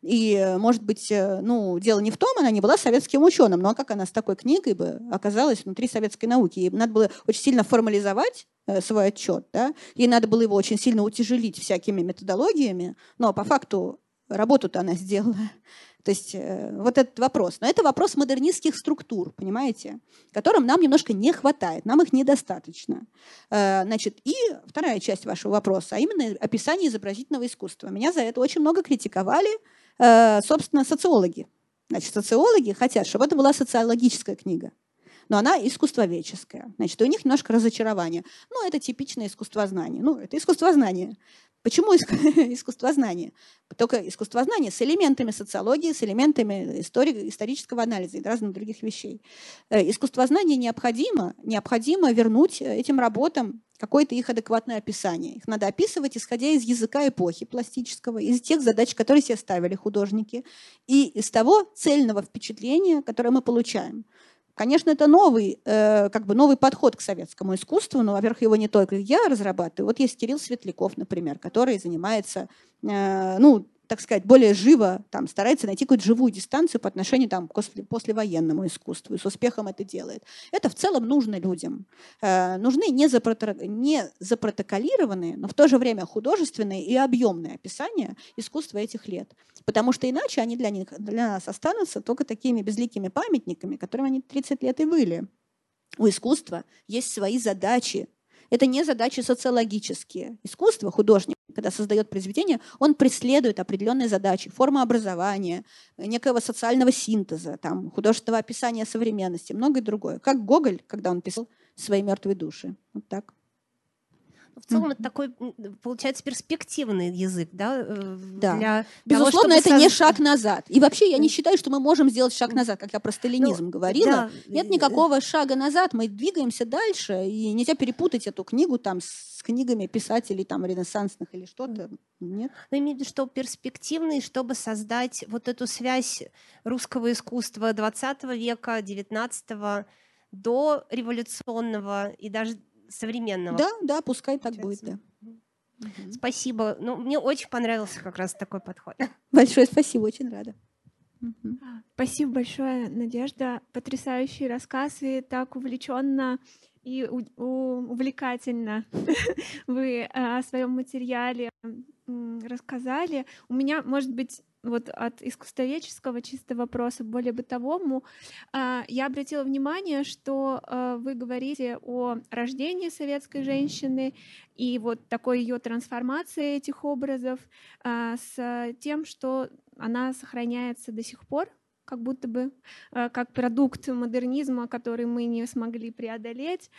Speaker 2: И, может быть, дело не в том, она не была советским ученым, но как она с такой книгой бы оказалась внутри советской науки? Ей надо было очень сильно формализовать свой отчет, да? Ей надо было его очень сильно утяжелить всякими методологиями, но по факту работу-то она сделала. То есть вот этот вопрос. Но это вопрос модернистских структур, понимаете, которым нам немножко не хватает, нам их недостаточно. Значит, и вторая часть вашего вопроса, а именно описание изобразительного искусства. Меня за это очень много критиковали, собственно, социологи. Значит, социологи хотят, чтобы это была социологическая книга, но она искусствоведческая. Значит, у них немножко разочарование. Это типичное искусствознание. Это искусствознание. Почему искусствознание? Только искусствознание с элементами социологии, с элементами исторического анализа и разных других вещей. Искусствознание необходимо вернуть этим работам какое-то их адекватное описание. Их надо описывать, исходя из языка эпохи пластического, из тех задач, которые себе ставили художники, и из того цельного впечатления, которое мы получаем. Конечно, это новый подход к советскому искусству, но, во-первых, его не только я разрабатываю. Вот есть Кирилл Светляков, например, который занимается, так сказать, более живо, старается найти какую-то живую дистанцию по отношению к послевоенному искусству, и с успехом это делает. Это в целом нужно людям. Нужны не запротоколированные, но в то же время художественные и объемные описания искусства этих лет. Потому что иначе они для нас останутся только такими безликими памятниками, которыми они 30 лет и были. У искусства есть свои задачи. Это не задачи социологические. Искусство, художник, когда создает произведение, он преследует определенные задачи, формы образования, некого социального синтеза, там, художественного описания современности, многое другое. Как Гоголь, когда он писал «Свои мертвые души». Вот так.
Speaker 8: В целом это такой, получается, перспективный язык, да?
Speaker 2: Да. Безусловно, это не шаг назад. И вообще я не считаю, что мы можем сделать шаг назад, как я про сталинизм говорила.
Speaker 8: Да.
Speaker 2: Нет никакого шага назад, мы двигаемся дальше, и нельзя перепутать эту книгу там с книгами писателей там ренессансных или что-то. Нет.
Speaker 8: Но имею в виду, что перспективный, чтобы создать вот эту связь русского искусства XX века, XIX, до революционного и даже современного.
Speaker 2: Да, пускай так будет, да.
Speaker 8: Спасибо. Ну, мне очень понравился как раз такой подход.
Speaker 2: Большое спасибо, очень рада.
Speaker 9: Спасибо большое, Надежда. Потрясающий рассказ, и так увлеченно и увлекательно вы о своем материале рассказали. У меня, может быть, вот от искусствоведческого чисто вопроса к более бытовому, я обратила внимание, что вы говорите о рождении советской женщины и вот такой ее трансформации этих образов с тем, что она сохраняется до сих пор, как будто бы как продукт модернизма, который мы не смогли преодолеть.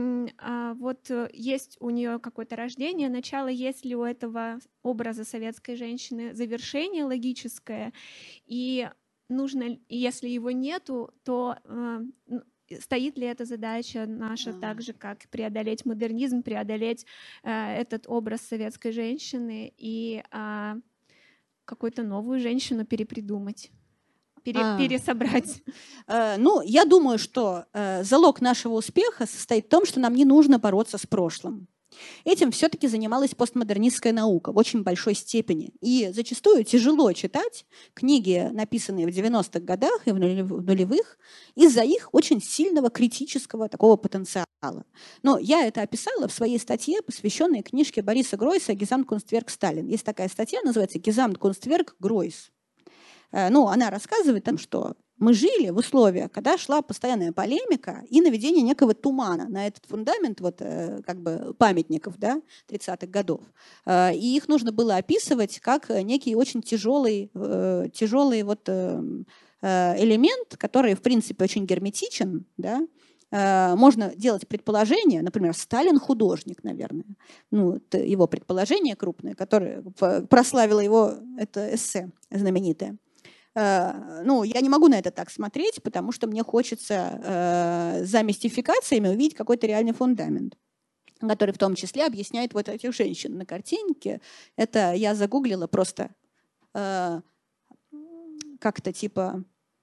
Speaker 9: Вот есть у нее какое-то рождение, начало, есть ли у этого образа советской женщины завершение логическое, и нужно, если его нету, то стоит ли эта задача наша так же, как преодолеть модернизм, преодолеть этот образ советской женщины и какую-то новую женщину перепридумать? Пересобрать.
Speaker 2: Ну, я думаю, что залог нашего успеха состоит в том, что нам не нужно бороться с прошлым. Этим все-таки занималась постмодернистская наука в очень большой степени. И зачастую тяжело читать книги, написанные в 90-х годах и в нулевых, из-за их очень сильного критического такого потенциала. Но я это описала в своей статье, посвященной книжке Бориса Гройса «Gesamtkunstwerk Сталин». Есть такая статья, называется «Gesamtkunstwerk Гройс». Ну, она рассказывает о том, что мы жили в условиях, когда шла постоянная полемика и наведение некого тумана на этот фундамент вот, как бы памятников, да, 30-х годов. И их нужно было описывать как некий очень тяжелый вот, элемент, который, в принципе, очень герметичен, да. Можно делать предположение, например, Сталин художник, наверное. Ну, это его предположение крупное, которое прославило его, это эссе знаменитое. Ну, я не могу на это так смотреть, потому что мне хочется за мистификациями увидеть какой-то реальный фундамент, который в том числе объясняет вот этих женщин на картинке. Это я загуглила просто как-то типа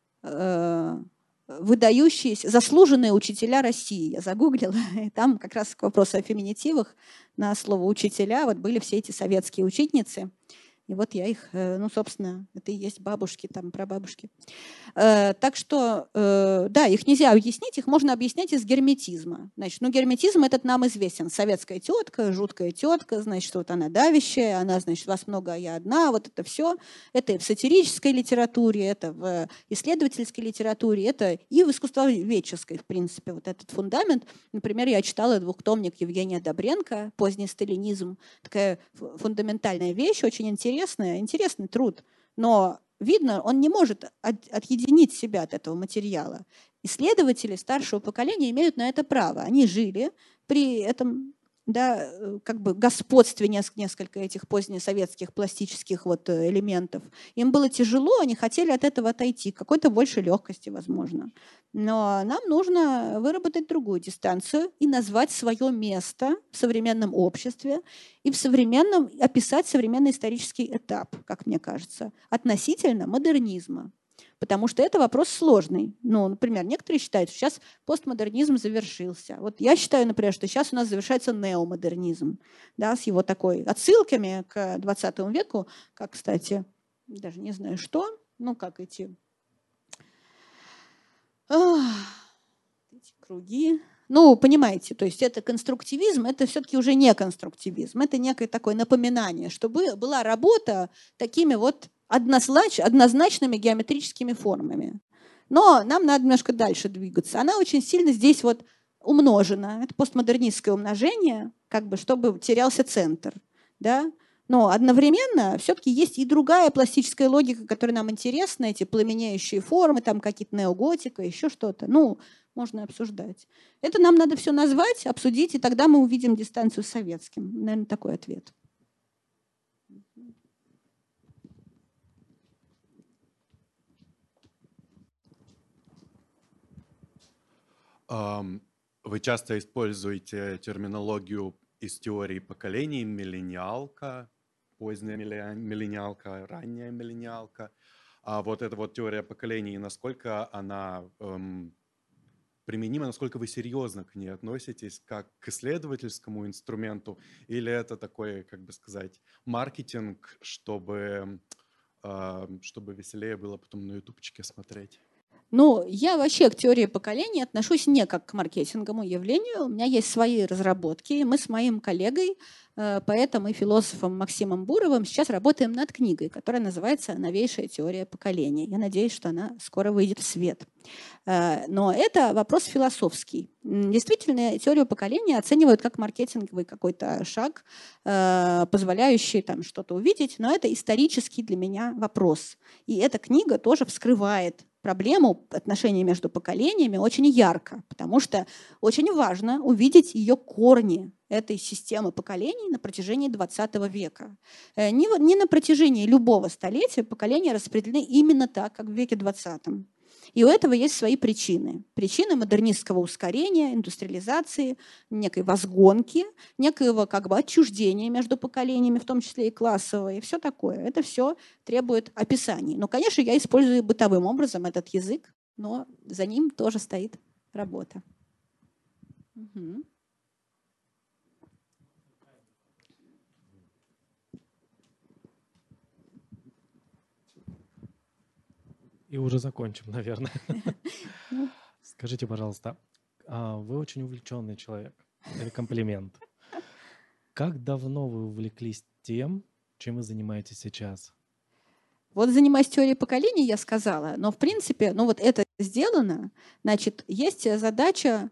Speaker 2: выдающиеся, заслуженные учителя России. Я загуглила, и там как раз к вопросу о феминитивах на слово «учителя» вот были все эти советские учительницы. И вот я их, ну, собственно, это и есть бабушки, там, прабабушки. Так что, да, их нельзя объяснить, их можно объяснять из герметизма. Значит, ну, герметизм этот нам известен. Советская тетка, жуткая тетка, значит, вот она давящая, она, значит, вас много, а я одна, вот это все. Это и в сатирической литературе, это в исследовательской литературе, это и в искусствоведческой, в принципе, вот этот фундамент. Например, я читала двухтомник Евгения Добренко «Поздний сталинизм». Такая фундаментальная вещь, очень интересный труд, но видно, он не может отъединить себя от этого материала. Исследователи старшего поколения имеют на это право. Они жили при этом, да, как бы господстве несколько этих позднесоветских пластических вот элементов. Им было тяжело, они хотели от этого отойти, какой-то больше легкости, возможно. Но нам нужно выработать другую дистанцию и назвать свое место в современном обществе и описать современный исторический этап, как мне кажется, относительно модернизма. Потому что это вопрос сложный. Ну, например, некоторые считают, что сейчас постмодернизм завершился. Вот я считаю, например, что сейчас у нас завершается неомодернизм, да, с его такой отсылками к 20 веку, как, кстати, даже не знаю что, ну, как эти круги. Ну, понимаете, то есть это конструктивизм, это все-таки уже не конструктивизм, это некое такое напоминание, что была работа такими вот однозначными геометрическими формами. Но нам надо немножко дальше двигаться. Она очень сильно здесь вот умножено. Это постмодернистское умножение, как бы, чтобы терялся центр. Да? Но одновременно все-таки есть и другая пластическая логика, которая нам интересна, эти пламенеющие формы, там какие-то неоготика, еще что-то. Ну, можно обсуждать. Это нам надо все назвать, обсудить, и тогда мы увидим дистанцию с советским. Наверное, такой ответ.
Speaker 5: Вы часто используете терминологию из теории поколений: миллениалка, поздняя миллениалка, ранняя миллениалка. А вот эта вот теория поколений, насколько она применима, насколько вы серьезно к ней относитесь, как к исследовательскому инструменту, или это такой, как бы сказать, маркетинг, чтобы веселее было потом на ютубчике смотреть?
Speaker 2: Ну, я вообще к теории поколений отношусь не как к маркетинговому явлению. У меня есть свои разработки. Мы с моим коллегой, поэтом и философом Максимом Буровым сейчас работаем над книгой, которая называется «Новейшая теория поколений». Я надеюсь, что она скоро выйдет в свет. Но это вопрос философский. Действительно, теорию поколения оценивают как маркетинговый какой-то шаг, позволяющий там что-то увидеть, но это исторический для меня вопрос. И эта книга тоже вскрывает проблему отношений между поколениями очень ярко, потому что очень важно увидеть ее корни этой системы поколений на протяжении 20 века. Не на протяжении любого столетия поколения распределены именно так, как в веке 20. И у этого есть свои причины. Причины модернистского ускорения, индустриализации, некой возгонки, некоего как бы отчуждения между поколениями, в том числе и классового, и все такое. Это все требует описаний. Но, конечно, я использую бытовым образом этот язык, но за ним тоже стоит работа. Угу.
Speaker 4: И уже закончим, наверное. Скажите, пожалуйста, вы очень увлеченный человек. Это комплимент. Как давно вы увлеклись тем, чем вы занимаетесь сейчас?
Speaker 2: Вот занимаясь теорией поколений, я сказала, но в принципе, ну вот это сделано, значит, есть задача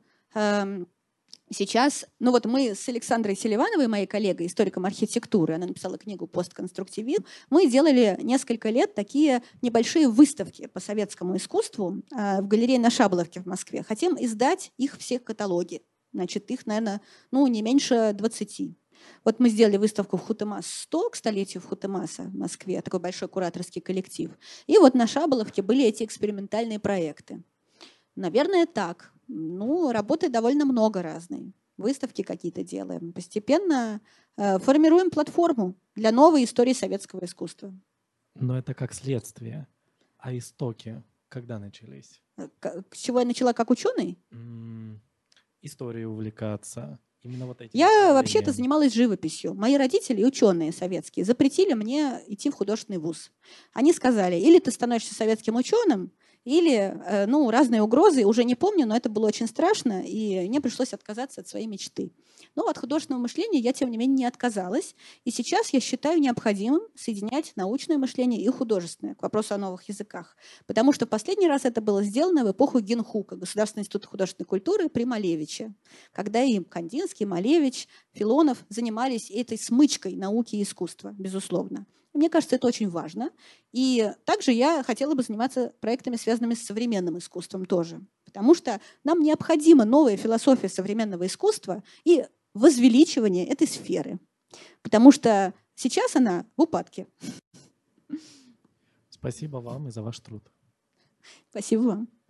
Speaker 2: сейчас, ну вот мы с Александрой Селивановой, моей коллегой, историком архитектуры, она написала книгу «Постконструктивизм», мы делали несколько лет такие небольшие выставки по советскому искусству в галерее на Шаболовке в Москве. Хотим издать их все каталоги. Значит, их, наверное, ну, не меньше 20. Вот мы сделали выставку в Хутемас-100 к столетию Хутемаса в Москве, такой большой кураторский коллектив. И вот на Шаболовке были эти экспериментальные проекты. Наверное, так. Ну, работы довольно много разной. Выставки какие-то делаем. Постепенно формируем платформу для новой истории советского искусства.
Speaker 4: Но это как следствие. А истоки когда начались?
Speaker 2: С чего я начала как ученый?
Speaker 4: Историей увлекаться. Именно вот этим
Speaker 2: я вообще-то занималась живописью. Мои родители, ученые советские, запретили мне идти в художественный вуз. Они сказали, или ты становишься советским ученым, или ну, разные угрозы, уже не помню, но это было очень страшно, и мне пришлось отказаться от своей мечты. Но от художественного мышления я, тем не менее, не отказалась. И сейчас я считаю необходимым соединять научное мышление и художественное, к вопросу о новых языках. Потому что последний раз это было сделано в эпоху Гинхука, Государственного института художественной культуры при Малевиче, когда и Кандинский, Малевич, Филонов занимались этой смычкой науки и искусства, безусловно. Мне кажется, это очень важно. И также я хотела бы заниматься проектами, связанными с современным искусством тоже. Потому что нам необходима новая философия современного искусства и возвеличивание этой сферы. Потому что сейчас она в упадке.
Speaker 4: Спасибо вам и за ваш труд.
Speaker 2: Спасибо вам.